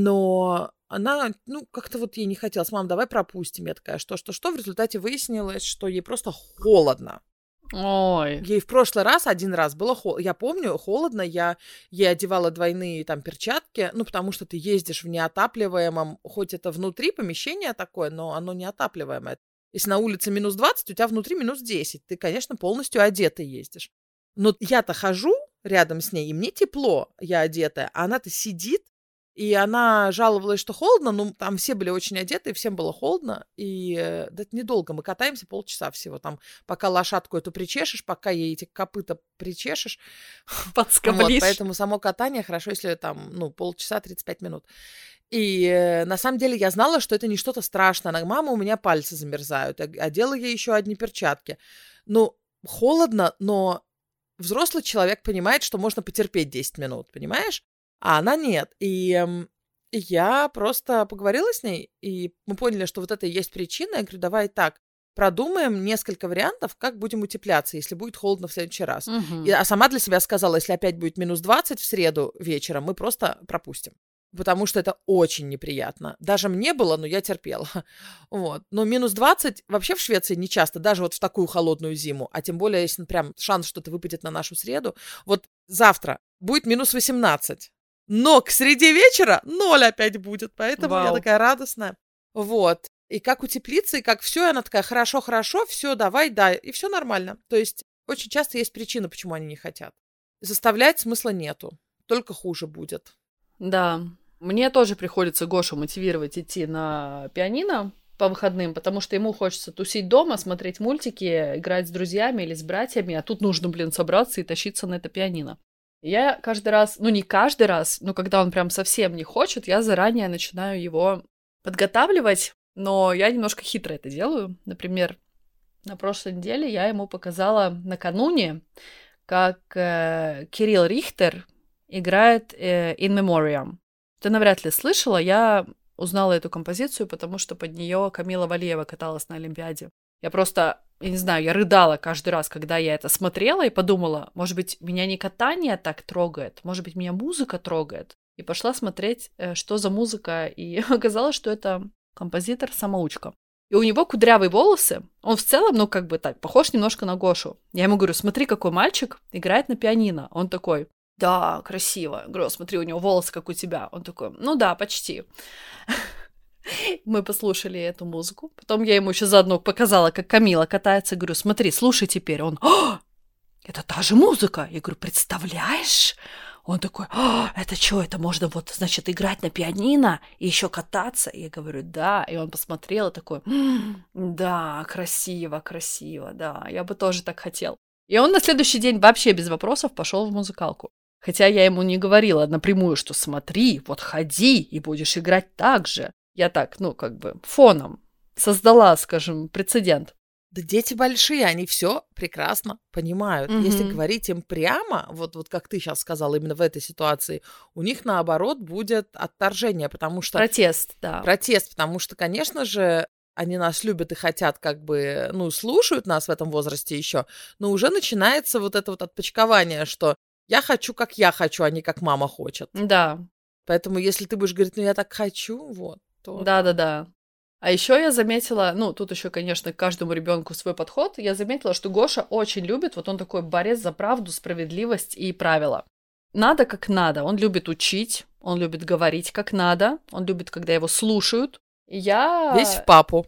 Но она, ну, как-то вот ей не хотелось. Мам, давай пропустим. Я такая, что-что-что. В результате выяснилось, что ей просто холодно. Ой, Ей в прошлый раз, один раз было холодно. Я помню, холодно. Я ей одевала двойные там перчатки. Ну, потому что ты ездишь в неотапливаемом, хоть это внутри помещение такое, но оно неотапливаемое. Если на улице минус двадцать, у тебя внутри минус десять. Ты, конечно, полностью одетый ездишь. Но я-то хожу рядом с ней, и мне тепло, я одетая. А она-то сидит, и она жаловалась, что холодно. Ну, там все были очень одеты, и всем было холодно. И э, да, это недолго, мы катаемся полчаса всего. Там, пока лошадку эту причешешь, пока ей эти копыта причешешь. Вот, подскоблишь. поэтому само катание хорошо, если там, ну, полчаса, тридцать пять минут. И э, на самом деле я знала, что это не что-то страшное. Она, мама, у меня пальцы замерзают. Я одела ей еще одни перчатки. Ну, холодно, но взрослый человек понимает, что можно потерпеть десять минут, понимаешь? А она нет. И эм, я просто поговорила с ней, и мы поняли, что вот это и есть причина. Я говорю, давай так, продумаем несколько вариантов, как будем утепляться, если будет холодно в следующий раз. Мгм. И, а сама для себя сказала, если опять будет минус двадцать в среду вечером, мы просто пропустим. Потому что это очень неприятно. Даже мне было, но я терпела. Вот. Но минус двадцать вообще в Швеции не часто, даже вот в такую холодную зиму. А тем более, если прям шанс что-то выпадет на нашу среду. Вот завтра будет минус восемнадцать. Но к среде вечера ноль опять будет. Поэтому я Вау. такая радостная. Вот. И как утеплиться, и как все. Она такая, хорошо, хорошо, все, давай, да. И все нормально. То есть очень часто есть причина, почему они не хотят. Заставлять смысла нету. Только хуже будет. Да, мне тоже приходится Гошу мотивировать идти на пианино по выходным, потому что ему хочется тусить дома, смотреть мультики, играть с друзьями или с братьями, а тут нужно, блин, собраться и тащиться на это пианино. Я каждый раз, ну не каждый раз, но когда он прям совсем не хочет, я заранее начинаю его подготавливать, но я немножко хитро это делаю. Например, на прошлой неделе я ему показала накануне, как э, Кирилл Рихтер играет э, In Memoriam. Ты навряд ли слышала, я узнала эту композицию, потому что под нее Камила Валиева каталась на Олимпиаде. Я просто, я не знаю, я рыдала каждый раз, когда я это смотрела, и подумала, может быть, меня не катание так трогает, может быть, меня музыка трогает. И пошла смотреть, что за музыка, и оказалось, что это композитор-самоучка. И у него кудрявые волосы, он в целом, ну, как бы так, похож немножко на Гошу. Я ему говорю, смотри, какой мальчик играет на пианино. Он такой, да, красиво. Я говорю, смотри, у него волосы, как у тебя. Он такой, ну да, почти. Мы послушали эту музыку. Потом я ему еще заодно показала, как Камила катается. Говорю, смотри, слушай теперь. Он, «О, это та же музыка. Я говорю, представляешь? Он такой, «О, это что, это можно вот, значит, играть на пианино и еще кататься?» Я говорю, да. И он посмотрел и такой, да, красиво, красиво, да, я бы тоже так хотел. И он на следующий день вообще без вопросов пошел в музыкалку. Хотя я ему не говорила напрямую, что смотри, вот ходи и будешь играть так же. Я так, ну, как бы фоном создала, скажем, прецедент. Да дети большие, они все прекрасно понимают. Mm-hmm. Если говорить им прямо, вот, вот как ты сейчас сказала, именно в этой ситуации, у них, наоборот, будет отторжение, потому что... Протест, да. Протест, потому что, конечно же, они нас любят и хотят, как бы, ну, слушают нас в этом возрасте еще, но уже начинается вот это вот отпочкование, что я хочу, как я хочу, а не как мама хочет. Да. Поэтому если ты будешь говорить, ну, я так хочу, вот, то... Да-да-да. А еще я заметила, ну, тут еще, конечно, к каждому ребенку свой подход, я заметила, что Гоша очень любит, вот он такой борец за правду, справедливость и правила. Надо как надо, он любит учить, он любит говорить как надо, он любит, когда его слушают. И я... Весь в папу.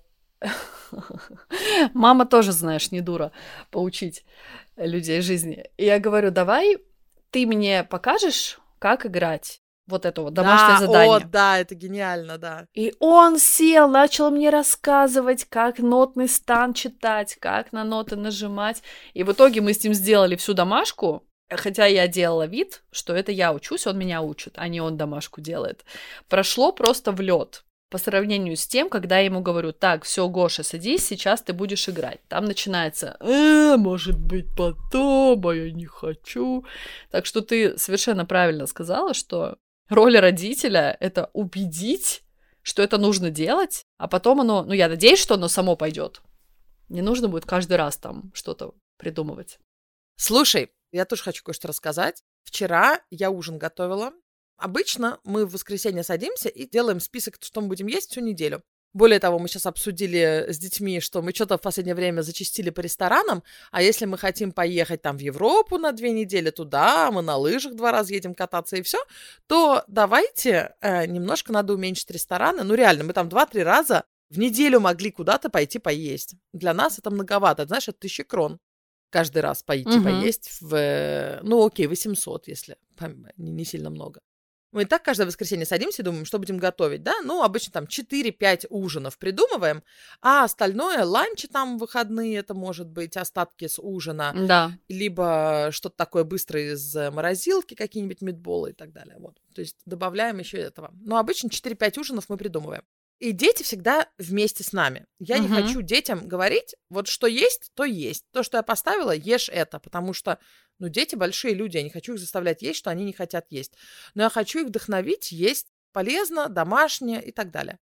Мама тоже, знаешь, не дура поучить людей жизни. И я говорю, давай ты мне покажешь, как играть. Вот это вот домашнее да, задание. О, да, это гениально, да. И он сел, начал мне рассказывать, как нотный стан читать, как на ноты нажимать. И в итоге мы с ним сделали всю домашку, хотя я делала вид, что это я учусь, он меня учит, а не он домашку делает. Прошло просто в лед по сравнению с тем, когда я ему говорю, так, все, Гоша, садись, сейчас ты будешь играть. Там начинается, э, может быть, потом, а я не хочу. Так что ты совершенно правильно сказала, что роль родителя — это убедить, что это нужно делать, а потом оно, ну, я надеюсь, что оно само пойдет. Не нужно будет каждый раз там что-то придумывать. Слушай, я тоже хочу кое-что рассказать. Вчера я ужин готовила. Обычно мы в воскресенье садимся и делаем список, что мы будем есть всю неделю. Более того, мы сейчас обсудили с детьми, что мы что-то в последнее время зачастили по ресторанам, а если мы хотим поехать там в Европу на две недели туда, мы на лыжах два раза едем кататься и все, то давайте э, немножко надо уменьшить рестораны. Ну реально, мы там два-три раза в неделю могли куда-то пойти поесть. Для нас это многовато, знаешь, это тысяча крон каждый раз пойти угу. поесть в, ну окей, восемьсот, если не, не сильно много. Мы и так каждое воскресенье садимся и думаем, что будем готовить, да? Ну, обычно там четыре-пять ужинов придумываем, а остальное, ланчи там в выходные, это может быть остатки с ужина, да. либо что-то такое быстрое из морозилки, какие-нибудь митболы и так далее. Вот. То есть добавляем еще этого. Но обычно четыре-пять ужинов мы придумываем. И дети всегда вместе с нами. Я угу. не хочу детям говорить, вот что есть, то есть. То, что я поставила, ешь это, потому что ну, дети большие люди, я не хочу их заставлять есть, что они не хотят есть. Но я хочу их вдохновить есть полезно, домашнее и так далее.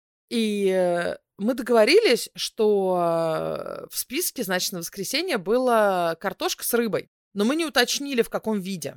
И мы договорились, что в списке, значит, на воскресенье была картошка с рыбой. Но мы не уточнили, в каком виде.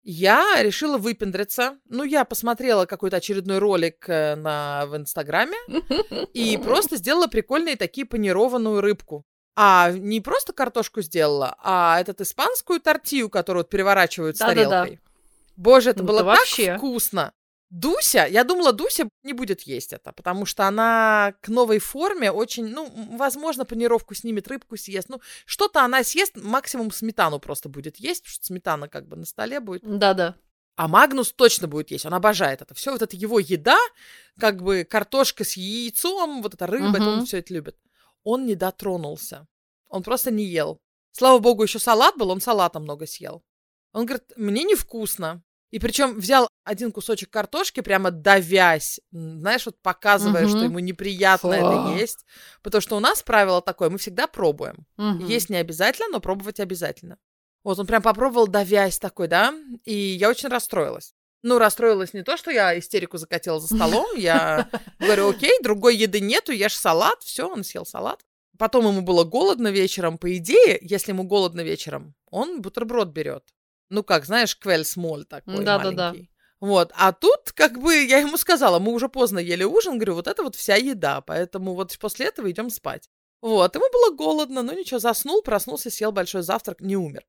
Я решила выпендриться. Ну, я посмотрела какой-то очередной ролик на, в Инстаграме и просто сделала прикольные такие панированную рыбку. А не просто картошку сделала, а этот испанскую тортилью, которую вот переворачивают да, с тарелкой. Да, да. Боже, это ну, было это так вообще вкусно. Дуся, я думала, Дуся не будет есть это, потому что она к новой форме очень, ну, возможно, панировку снимет, рыбку съест. Ну, что-то она съест, максимум сметану просто будет есть, потому что сметана как бы на столе будет. Да-да. А Магнус точно будет есть, он обожает это. Все вот это его еда, как бы картошка с яйцом, вот эта рыба, угу. это он все это любит. Он не дотронулся. Он просто не ел. Слава богу, еще салат был, он салата много съел. Он говорит, мне невкусно. И причем взял один кусочек картошки, прямо давясь, знаешь, вот показывая, угу. что ему неприятно Фу. это есть. Потому что у нас правило такое, мы всегда пробуем. Угу. Есть не обязательно, но пробовать обязательно. Вот он прям попробовал, давясь такой, да, и я очень расстроилась. Ну, расстроилась не то, что я истерику закатила за столом, я говорю, окей, другой еды нету, ешь салат, все, он съел салат. Потом ему было голодно вечером, по идее, если ему голодно вечером, он бутерброд берет. Ну, как, знаешь, квель-смоль такой да, маленький. Да, да. Вот, а тут, как бы, я ему сказала, мы уже поздно ели ужин, говорю, вот это вот вся еда, поэтому вот после этого идем спать. Вот, ему было голодно, ну ничего, заснул, проснулся, съел большой завтрак, не умер.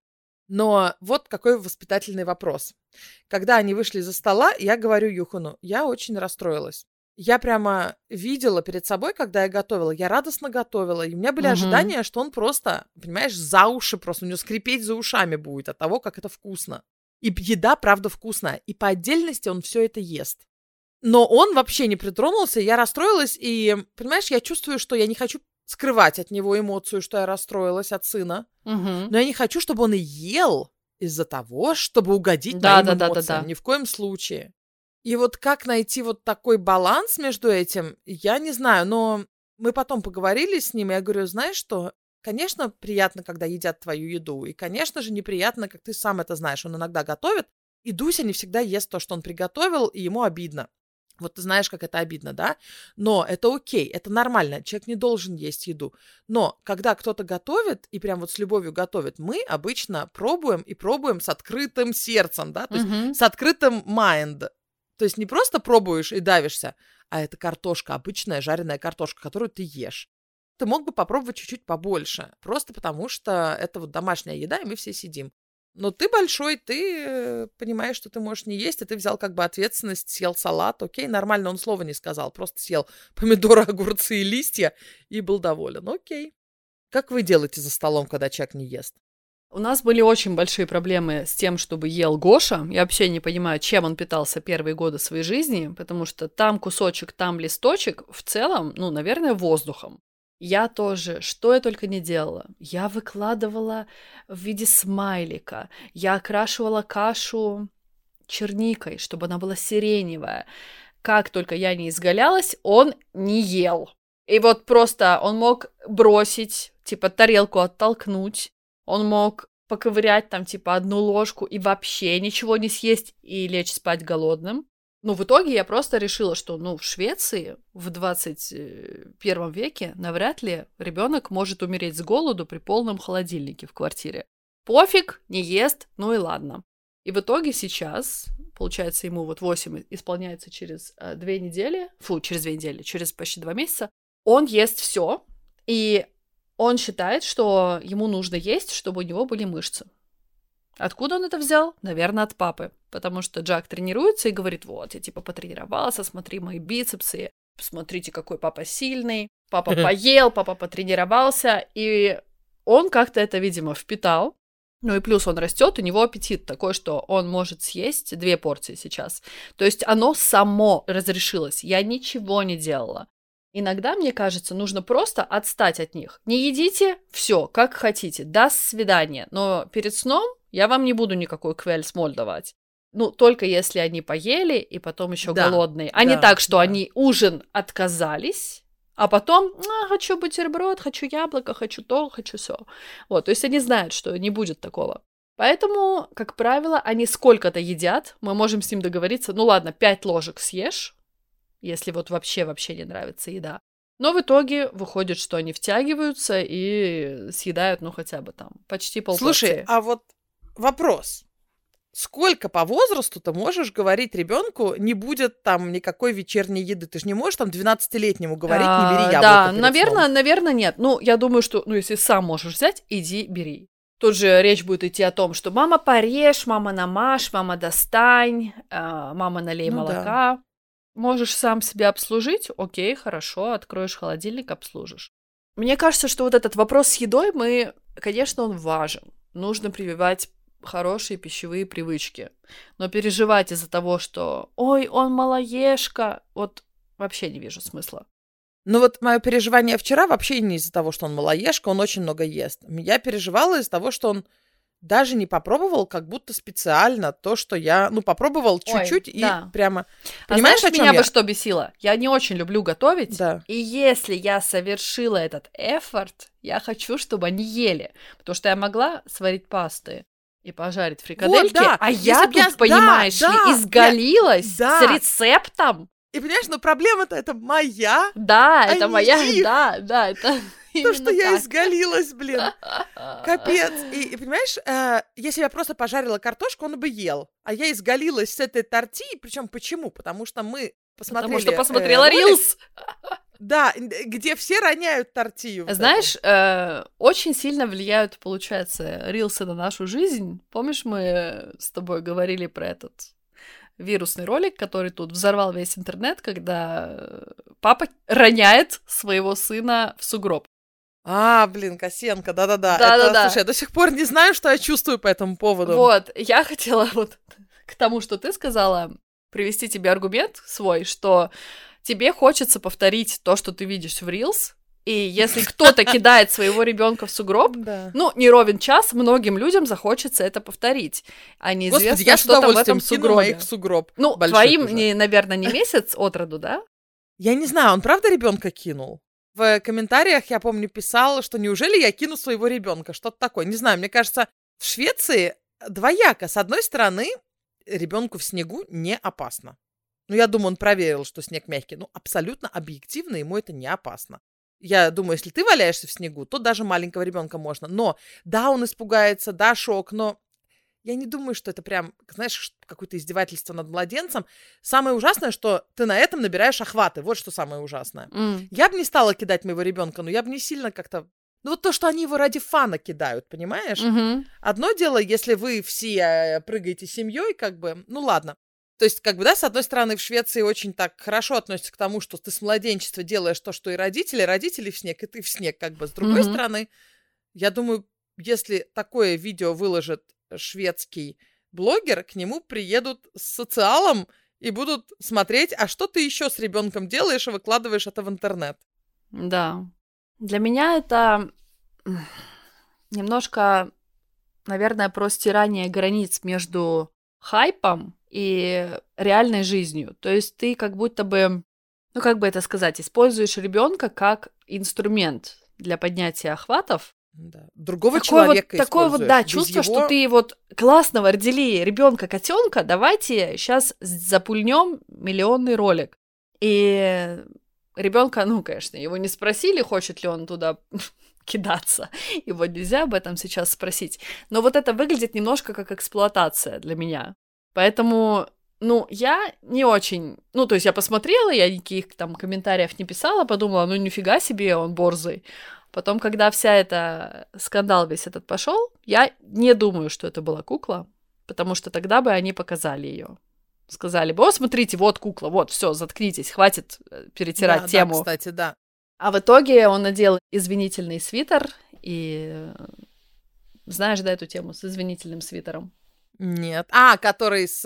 Но вот какой воспитательный вопрос. Когда они вышли из-за стола, я говорю Юхану, я очень расстроилась. Я прямо видела перед собой, когда я готовила, я радостно готовила, и у меня были угу. ожидания, что он просто, понимаешь, за уши просто, у него скрипеть за ушами будет от того, как это вкусно. И еда, правда, вкусная, и по отдельности он все это ест. Но он вообще не притронулся, я расстроилась, и, понимаешь, я чувствую, что я не хочу скрывать от него эмоцию, что я расстроилась от сына, угу. но я не хочу, чтобы он и ел из-за того, чтобы угодить да, моим да, эмоциям, да, да, да. ни в коем случае. И вот как найти вот такой баланс между этим, я не знаю, но мы потом поговорили с ним, и я говорю, знаешь что, конечно, приятно, когда едят твою еду, и, конечно же, неприятно, как ты сам это знаешь, он иногда готовит, и Дуся не всегда ест то, что он приготовил, и ему обидно. Вот ты знаешь, как это обидно, да? Но это окей, это нормально, человек не должен есть еду. Но когда кто-то готовит, и прям вот с любовью готовит, мы обычно пробуем и пробуем с открытым сердцем, да, то есть mm-hmm. с открытым mind. То есть не просто пробуешь и давишься, а это картошка, обычная жареная картошка, которую ты ешь. Ты мог бы попробовать чуть-чуть побольше, просто потому что это вот домашняя еда, и мы все сидим. Но ты большой, ты понимаешь, что ты можешь не есть, и ты взял как бы ответственность, съел салат, окей, нормально, он слова не сказал, просто съел помидоры, огурцы и листья и был доволен, окей. Как вы делаете за столом, когда человек не ест? У нас были очень большие проблемы с тем, чтобы ел Гоша. Я вообще не понимаю, чем он питался первые годы своей жизни, потому что там кусочек, там листочек, в целом, ну, наверное, воздухом. Я тоже, что я только не делала. Я выкладывала в виде смайлика, я окрашивала кашу черникой, чтобы она была сиреневая. Как только я не изгалялась, он не ел. И вот просто он мог бросить, типа тарелку оттолкнуть, он мог поковырять там типа одну ложку и вообще ничего не съесть и лечь спать голодным. Ну, в итоге я просто решила, что, ну, в Швеции в двадцать первом веке навряд ли ребенок может умереть с голоду при полном холодильнике в квартире. Пофиг, не ест, ну и ладно. И в итоге сейчас, получается, ему вот восемь исполняется через э, две недели, фу, через две недели, через почти два месяца, он ест все, и он считает, что ему нужно есть, чтобы у него были мышцы. Откуда он это взял? Наверное, от папы. Потому что Джак тренируется и говорит, вот, я типа потренировался, смотри мои бицепсы, посмотрите, какой папа сильный. Папа поел, папа потренировался, и он как-то это, видимо, впитал. Ну и плюс он растет, у него аппетит такой, что он может съесть две порции сейчас. То есть оно само разрешилось, я ничего не делала. Иногда, мне кажется, нужно просто отстать от них. Не едите, все, как хотите, до свидания. Но перед сном я вам не буду никакой квель-смоль давать. Ну, только если они поели и потом еще да, голодные. А да, не так, что да. они ужин отказались, а потом а, хочу бутерброд, хочу яблоко, хочу то, хочу все. Вот, то есть они знают, что не будет такого. Поэтому, как правило, они сколько-то едят. Мы можем с ним договориться, ну ладно, пять ложек съешь, если вот вообще-вообще не нравится еда. Но в итоге выходит, что они втягиваются и съедают, ну, хотя бы там почти полпорции. Слушай, а вот вопрос. Сколько по возрасту ты можешь говорить ребенку, не будет там никакой вечерней еды? Ты же не можешь там двенадцатилетнему говорить, не бери яблоко Да, перед наверное, сном. наверное, нет. Ну, я думаю, что, ну, если сам можешь взять, иди, бери. Тут же речь будет идти о том, что мама порежь, мама намажь, мама достань, мама налей ну, молока. Да. Можешь сам себя обслужить? Окей, хорошо, откроешь холодильник, обслужишь. Мне кажется, что вот этот вопрос с едой, мы, конечно, он важен. Нужно прививать хорошие пищевые привычки. Но переживать из-за того, что «Ой, он малоежка», вот вообще не вижу смысла. Ну вот мое переживание вчера вообще не из-за того, что он малоежка, он очень много ест. Я переживала из-за того, что он даже не попробовал, как будто специально то, что я, ну, попробовал чуть-чуть Ой, и да. прямо... А Понимаешь, знаешь, о чем меня я? бы что бесило? Я не очень люблю готовить, Да. и если я совершила этот эфорт, я хочу, чтобы они ели, потому что я могла сварить пасты и пожарить фрикадельки, Вот, да. а Если я б я- тут, понимаешь да, ли, да, изгалилась да. с рецептом. И понимаешь, но проблема-то это моя, Да, а это не моя, их. да, да, это то, что именно я так. изгалилась, блин. Капец. И, и понимаешь, э, если бы я просто пожарила картошку, он бы ел. А я изгалилась с этой тортией. Причем почему? Потому что мы посмотрели... Потому что э, посмотрела ролик, рилс. Да, н- где все роняют тортию. вот Знаешь, э, очень сильно влияют, получается, рилсы на нашу жизнь. Помнишь, мы с тобой говорили про этот вирусный ролик, который тут взорвал весь интернет, когда папа роняет своего сына в сугроб. эту? А, блин, Косенко, да-да-да. Да-да-да. Это, слушай, я до сих пор не знаю, что я чувствую по этому поводу. Вот, я хотела вот к тому, что ты сказала, привести тебе аргумент свой, что тебе хочется повторить то, что ты видишь в Reels, и если кто-то кидает своего ребенка в сугроб, Да. ну, не ровен час, многим людям захочется это повторить, а неизвестно, Господи, я с что там в удовольствием этом кину сугробе. моих в сугроб. Ну, Больших твоим, уже. не, наверное, не месяц от роду, да? Я не знаю, он правда ребенка кинул? В комментариях, я помню, писал, что неужели я кину своего ребенка? Что-то такое. Не знаю, мне кажется, в Швеции двояко. С одной стороны, ребенку в снегу не опасно. Ну, я думаю, он проверил, что снег мягкий. Ну, абсолютно объективно ему это не опасно. Я думаю, если ты валяешься в снегу, то даже маленького ребенка можно. Но, да, он испугается, да, шок, но я не думаю, что это прям, знаешь, какое-то издевательство над младенцем. Самое ужасное, что ты на этом набираешь охваты. Вот что самое ужасное. Mm. Я бы не стала кидать моего ребенка, но я бы не сильно как-то... Ну, вот то, что они его ради фана кидают, понимаешь? Мгм. Одно дело, если вы все э, прыгаете семьей, как бы, ну ладно. То есть, как бы, да, с одной стороны, в Швеции очень так хорошо относятся к тому, что ты с младенчества делаешь то, что и родители, родители в снег, и ты в снег, как бы. С другой Мгм. стороны, я думаю, если такое видео выложит шведский блогер, к нему приедут с социалом и будут смотреть, а что ты еще с ребенком делаешь и выкладываешь это в интернет. Да. Для меня это м, немножко, наверное, про стирание границ между хайпом и реальной жизнью. То есть ты как будто бы, ну как бы это сказать, используешь ребенка как инструмент для поднятия охватов. Да. Другого Такое вот, человека такое вот, да, используешь. Без чувство, его- что ты вот классного родили ребенка котенка, давайте сейчас запульнем миллионный ролик. И ребенка, ну, конечно, его не спросили, хочет ли он туда кидаться. Его нельзя об этом сейчас спросить. Но вот это выглядит немножко как эксплуатация для меня. Поэтому, ну, я не очень... Ну, то есть я посмотрела, я никаких там комментариев не писала, подумала, ну, нифига себе, он борзый. Потом, когда вся эта скандал весь этот пошел, я не думаю, что это была кукла, потому что тогда бы они показали ее. Сказали бы, о, смотрите, вот кукла, вот, все, заткнитесь, хватит э, перетирать Да, да, тему. кстати, да. А в итоге он надел извинительный свитер, и э, знаешь, да, эту тему с извинительным свитером? Нет. А, который с...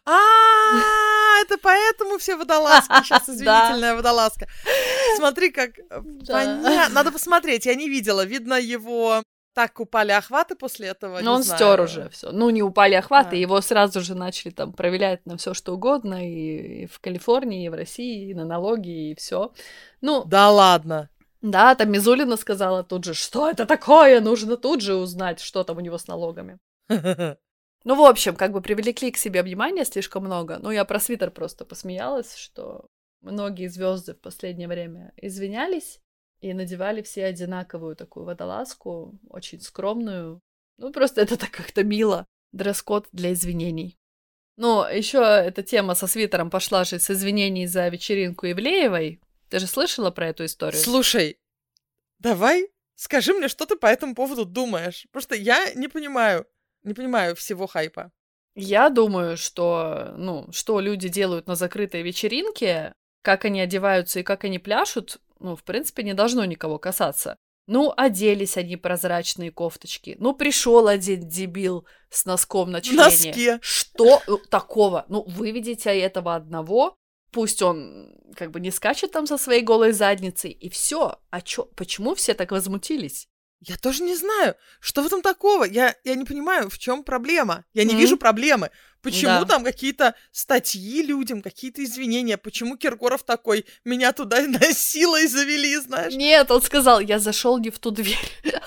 А, это поэтому все водолазки. Сейчас извинительная водолазка. Смотри, как... э, Понятно. Надо посмотреть, я не видела. Видно, его так упали охваты после этого. Но не он знаю. стер уже все. Ну, не упали охваты, А. его сразу же начали там проверять на все что угодно, и, и в Калифорнии, и в России, и на налоги, и все. Ну, Да ладно. да, там Мизулина сказала тут же, что это такое, нужно тут же узнать, что там у него с налогами. Ну, в общем, как бы привлекли к себе внимание слишком много. Ну, я про свитер просто посмеялась, что многие звезды в последнее время извинялись и надевали все одинаковую такую водолазку, очень скромную. Ну, просто это так как-то мило. Дресс-код для извинений. Ну, еще эта тема со свитером пошла же с извинений за вечеринку Ивлеевой. Ты же слышала про эту историю? Слушай, давай скажи мне, что ты по этому поводу думаешь. Потому что я не понимаю, не понимаю всего хайпа. Я думаю, что, ну, что люди делают на закрытой вечеринке, как они одеваются и как они пляшут, ну, в принципе, не должно никого касаться. Ну, оделись они прозрачные кофточки. Ну, пришел один дебил с носком на члене. Носке. Что э, такого? Ну, выведите этого одного, пусть он как бы не скачет там со своей голой задницей, и все. А чё, почему все так возмутились? Я тоже не знаю, что в этом такого. Я, я не понимаю, в чем проблема. Я не М. вижу проблемы. Почему Да. там какие-то статьи людям, какие-то извинения? Почему Киркоров такой, меня туда насилой завели, знаешь? Нет, он сказал, я зашел не в ту дверь.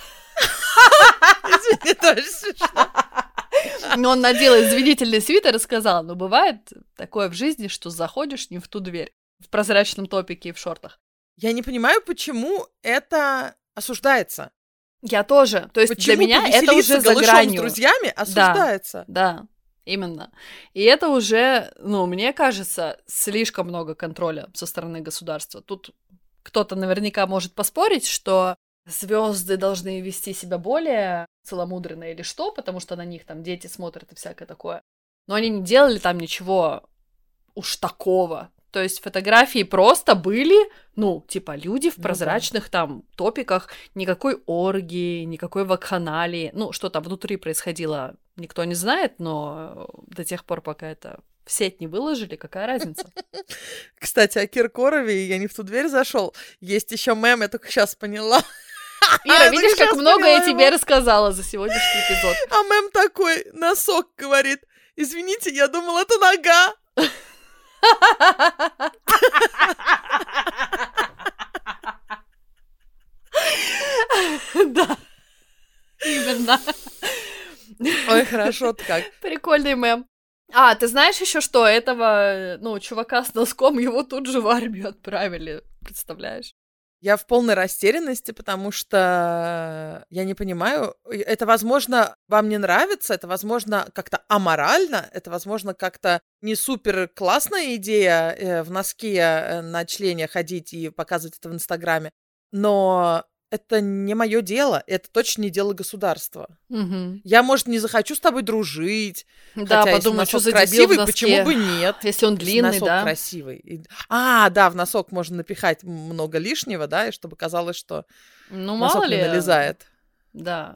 Извини, тоже смешно. Но он надел извинительный свитер и сказал, ну, бывает такое в жизни, что заходишь не в ту дверь. В прозрачном топике и в шортах. Я не понимаю, почему это осуждается. Я тоже. То есть Почему для меня это повеселиться уже за голышом гранью. с друзьями осуждается? Да, именно. И это уже, ну, мне кажется, слишком много контроля со стороны государства. Тут кто-то наверняка может поспорить, что звезды должны вести себя более целомудренно или что, потому что на них там дети смотрят и всякое такое. Но они не делали там ничего уж такого. То есть фотографии просто были, ну, типа, люди в Ну прозрачных да. там топиках, никакой оргии, никакой вакханалии. Ну, что там внутри происходило, никто не знает, но до тех пор, пока это в сеть не выложили, какая разница? Кстати, о Киркорове «Я не в ту дверь зашел». Есть еще мем, я только сейчас поняла. Ира, Я видишь, только как щас много я поняла тебе его. рассказала за сегодняшний эпизод. А мем такой, носок говорит, извините, я думал, это нога. Да, именно. Ой, хорошо-то как. Прикольный мем. А, ты знаешь еще что? Этого, ну, чувака с носком, его тут же в армию отправили. Представляешь? Я в полной растерянности, потому что я не понимаю, это, возможно, вам не нравится, это, возможно, как-то аморально, это, возможно, как-то не супер классная идея э, в носке э, на члене ходить и показывать это в Инстаграме, но это не мое дело, это точно не дело государства. Мгм. Я, может, не захочу с тобой дружить, Да, хотя если подумаю, что носок за дебил в красивый, носке. почему бы нет? Если он Если длинный, носок да. красивый. И- А, да, в носок можно напихать много лишнего, да, и чтобы казалось, что Ну, носок мало не ли. налезает. Да.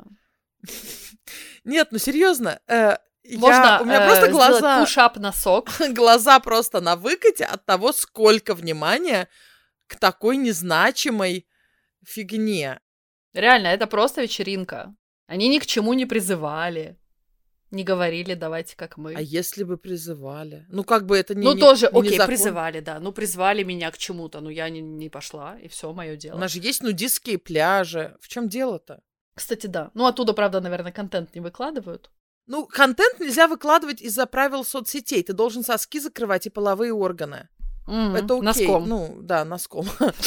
Нет, ну серьезно, э, я, Можно у меня э, просто сделать глаза, пуш-ап носок. глаза просто на выкате от того, сколько внимания к такой незначимой фигне. Реально, это просто вечеринка. Они ни к чему не призывали. Не говорили, давайте как мы. А если бы призывали? Ну, как бы это не Ну, не- тоже, не окей, незаконно. призывали, да. Ну, призвали меня к чему-то, но я не, не пошла, и все мое У дело. нас же есть нудистские пляжи. В чем дело-то? Кстати, да. Ну, оттуда, правда, наверное, контент не выкладывают. Ну, контент нельзя выкладывать из-за правил соцсетей. Ты должен соски закрывать и половые органы. М, Это окей. Носком. Ну, да, носком.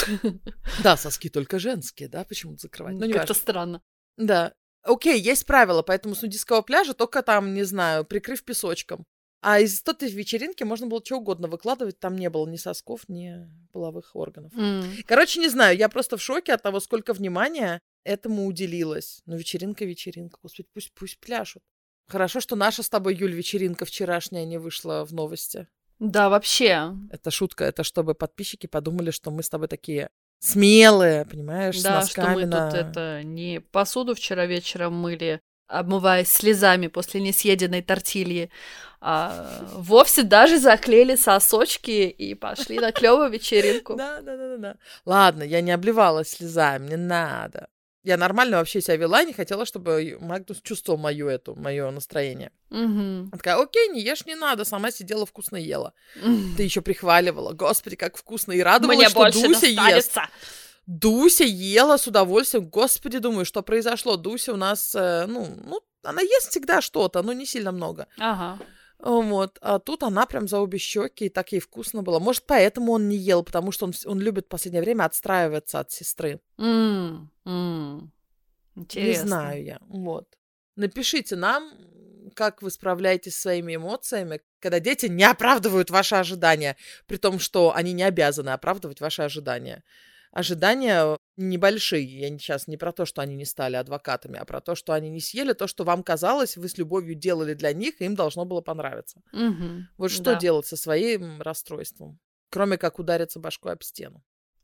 Да, соски только женские, да, почему-то закрывать. Ну, не Как-то важно. странно. Да. Окей, есть правила, поэтому с нудистского пляжа только там, не знаю, прикрыв песочком. А из той вечеринки можно было что угодно выкладывать, там не было ни сосков, ни половых органов. М. Короче, не знаю, я просто в шоке от того, сколько внимания этому уделилось. Ну, вечеринка, вечеринка, господи, пусть, пусть пляшут. Хорошо, что наша с тобой, Юль, вечеринка вчерашняя не вышла в новости. Да, вообще. Это шутка, это чтобы подписчики подумали, что мы с тобой такие смелые, понимаешь, с Да, что носками мы тут на... это не посуду вчера вечером мыли, обмываясь слезами после несъеденной тортильи, а вовсе даже заклеили сосочки и пошли на клёвую вечеринку. Да, да, да, да, да. Ладно, я не обливалась слезами, не надо. Я нормально вообще себя вела, не хотела, чтобы Магнус чувствовал мою эту, мое настроение. Мгм. Она такая, окей, не ешь, не надо, сама сидела вкусно ела. Ты еще прихваливала, господи, как вкусно, и радовалась, Мне что больше Дуся ест. достанется. Дуся ела с удовольствием, господи, думаю, что произошло. Дуся у нас, э, ну, ну, она ест всегда что-то, но не сильно много. Ага. Вот, а тут она прям за обе щеки, и так ей вкусно было. Может, поэтому он не ел, потому что он, вс- он любит в последнее время отстраиваться от сестры. М, м. Не Интересно. знаю я, вот. Напишите нам, как вы справляетесь со своими эмоциями, когда дети не оправдывают ваши ожидания, при том, что они не обязаны оправдывать ваши ожидания. Ожидания небольшие. Я сейчас не про то, что они не стали адвокатами, а про то, что они не съели то, что вам казалось, вы с любовью делали для них, и им должно было понравиться. Мгм. Вот что Да. делать со своим расстройством? Кроме как удариться башкой об стену.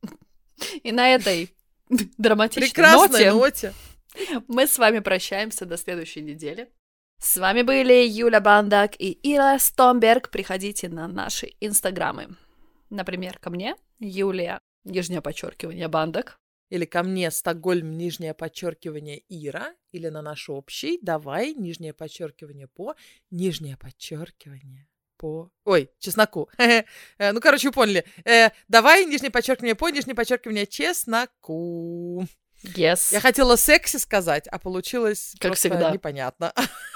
И на этой драматичной Прекрасной ноте ноте. мы с вами прощаемся до следующей недели. С вами были Юля Бандак и Ира Стомберг. Приходите на наши инстаграмы. Например, ко мне, Юлия, нижнее подчеркивание, Бандак. или ко мне Стокгольм, нижнее подчеркивание Ира, или на наш общий давай, нижнее подчеркивание по, нижнее подчеркивание по... Ой, чесноку. Ну, короче, вы поняли. Давай, нижнее подчеркивание по, нижнее подчеркивание чесноку. Yes. Я хотела секси сказать, а получилось как просто всегда непонятно.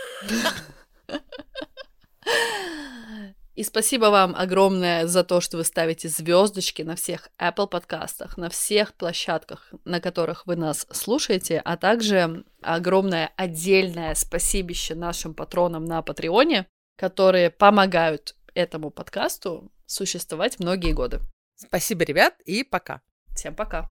И спасибо вам огромное за то, что вы ставите звездочки на всех Apple подкастах, на всех площадках, на которых вы нас слушаете, а также огромное отдельное спасибище нашим патронам на Патреоне, которые помогают этому подкасту существовать многие годы. Спасибо, ребят, и пока. Всем пока.